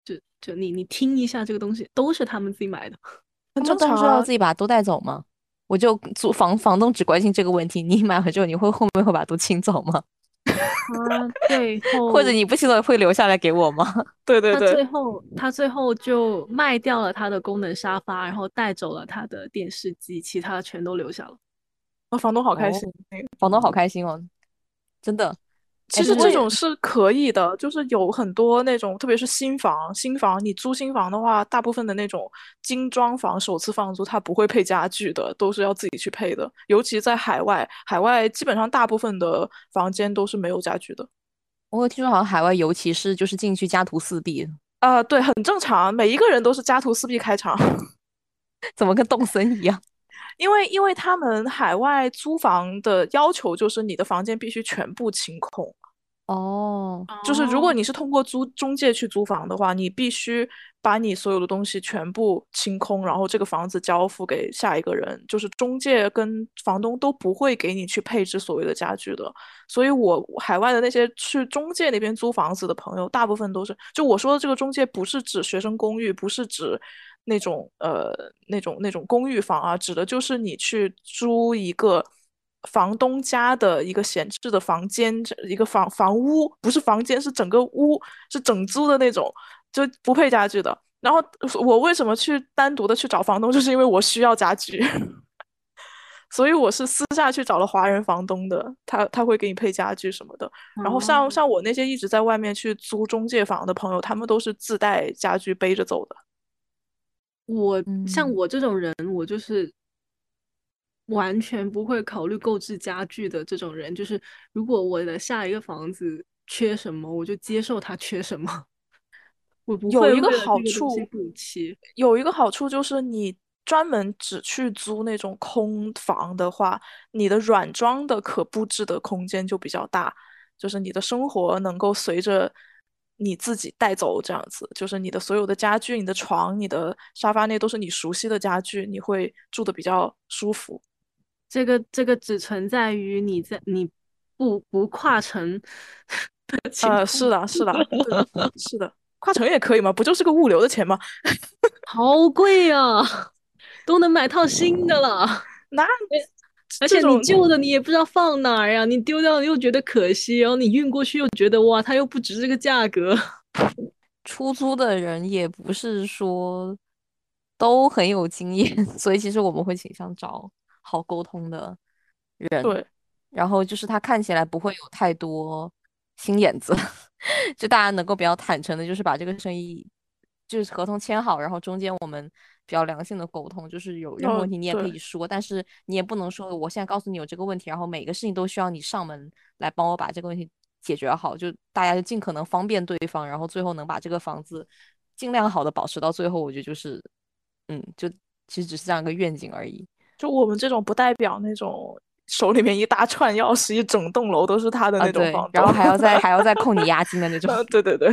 就就你你听一下这个东西，都是他们自己买的。 他们正常到时候要啊自己把都带走吗？我就租房房东只关心这个问题，你买回之后你会后面会把都清走吗？ 他最或者后你不清走会留下来给我吗？ 他对对对， 最后他最后就卖掉了他的功能沙发，然后带走了他的电视机，其他全都留下了。 那房东好开哦， 心。 房东好开心哦，真的。哎， 其实不过也这种是可以的，就是有很多那种，特别是新房，新房你租新房的话，大部分的那种精装房、首次房租，它不会配家具的，都是要自己去配的。尤其在海外，海外基本上大部分的房间都是没有家具的。 我有听说好像海外尤其是就是进去家徒四壁， 啊、对，很正常，每一个人都是家徒四壁开场。 怎么跟动森一样？ 因为因为他们海外租房的要求就是你的房间必须全部清空。 哦， 就是如果哦， 你是通过租中介去租房的话，你必须把你所有的东西全部清空，然后这个房子交付给下一个人。就是中介跟房东都不会给你去配置所谓的家具的。所以我海外的那些去中介那边租房子的朋友，大部分都是，就我说的这个中介，不是指学生公寓，不是指那种呃那种那种公寓房啊，指的就是你去租一个房东家的一个闲置的房间，这一个房房屋，不是房间，是整个屋，是整租的那种，就不配家具的。然后我为什么去单独的去找房东，就是因为我需要家具。所以我是私下去找了华人房东的，他他会给你配家具什么的。然后像哦， 像我那些一直在外面去租中介房的朋友，他们都是自带家具背着走的。 我像嗯， 我这种人，我就是完全不会考虑购置家具的这种人。就是如果我的下一个房子缺什么，我就接受它缺什么，我不会有一个为了这个东西好处， 补齐。 有一个好处就是你专门只去租那种空房的话，你的软装的可布置的空间就比较大，就是你的生活能够随着你自己带走，这样子，就是你的所有的家具、你的床、你的沙发那都是你熟悉的家具，你会住的比较舒服。 这个这个只存在于你在你不不跨城的情呃， 况。 是的，是的，对的，是的，跨城也可以嘛，不就是个物流的钱吗？ 好贵啊，都能买套新的了。 那而且你这种旧的你也不知道放哪儿呀，你丢掉又觉得可惜，然后你运过去又觉得哇，它又不值这个价格。 出租的人也不是说都很有经验，所以其实我们会倾向找好沟通的人， 对， 然后就是他看起来不会有太多心眼子，就大家能够比较坦诚的，就是把这个生意就是合同签好，然后中间我们比较良性的沟通，就是有任何问哦， 题你也可对。 以说，但是你也不能说我现在告诉你有这个问题，然后每个事情都需要你上门来帮我把这个问题解决好，就大家就尽可能方便对方，然后最后能把这个房子尽量好的保持到最后，我觉得就是，嗯，就其实只是这样一个愿景而已。 就我们这种不代表那种手里面一大串钥匙，一整栋楼都是他的啊， 那种对， 房东。 然后还要再还要再扣你押金的那种。 呃，对对对。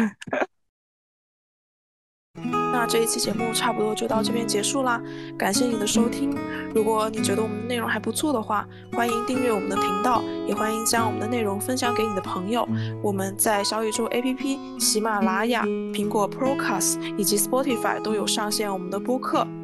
那这一期节目差不多就到这边结束啦，感谢你的收听。如果你觉得我们的内容还不错的话，欢迎订阅我们的频道，也欢迎将我们的内容分享给你的朋友。我们在小宇宙 A P P、喜马拉雅、苹果 Podcast 以及 Spotify 都有上线我们的播客。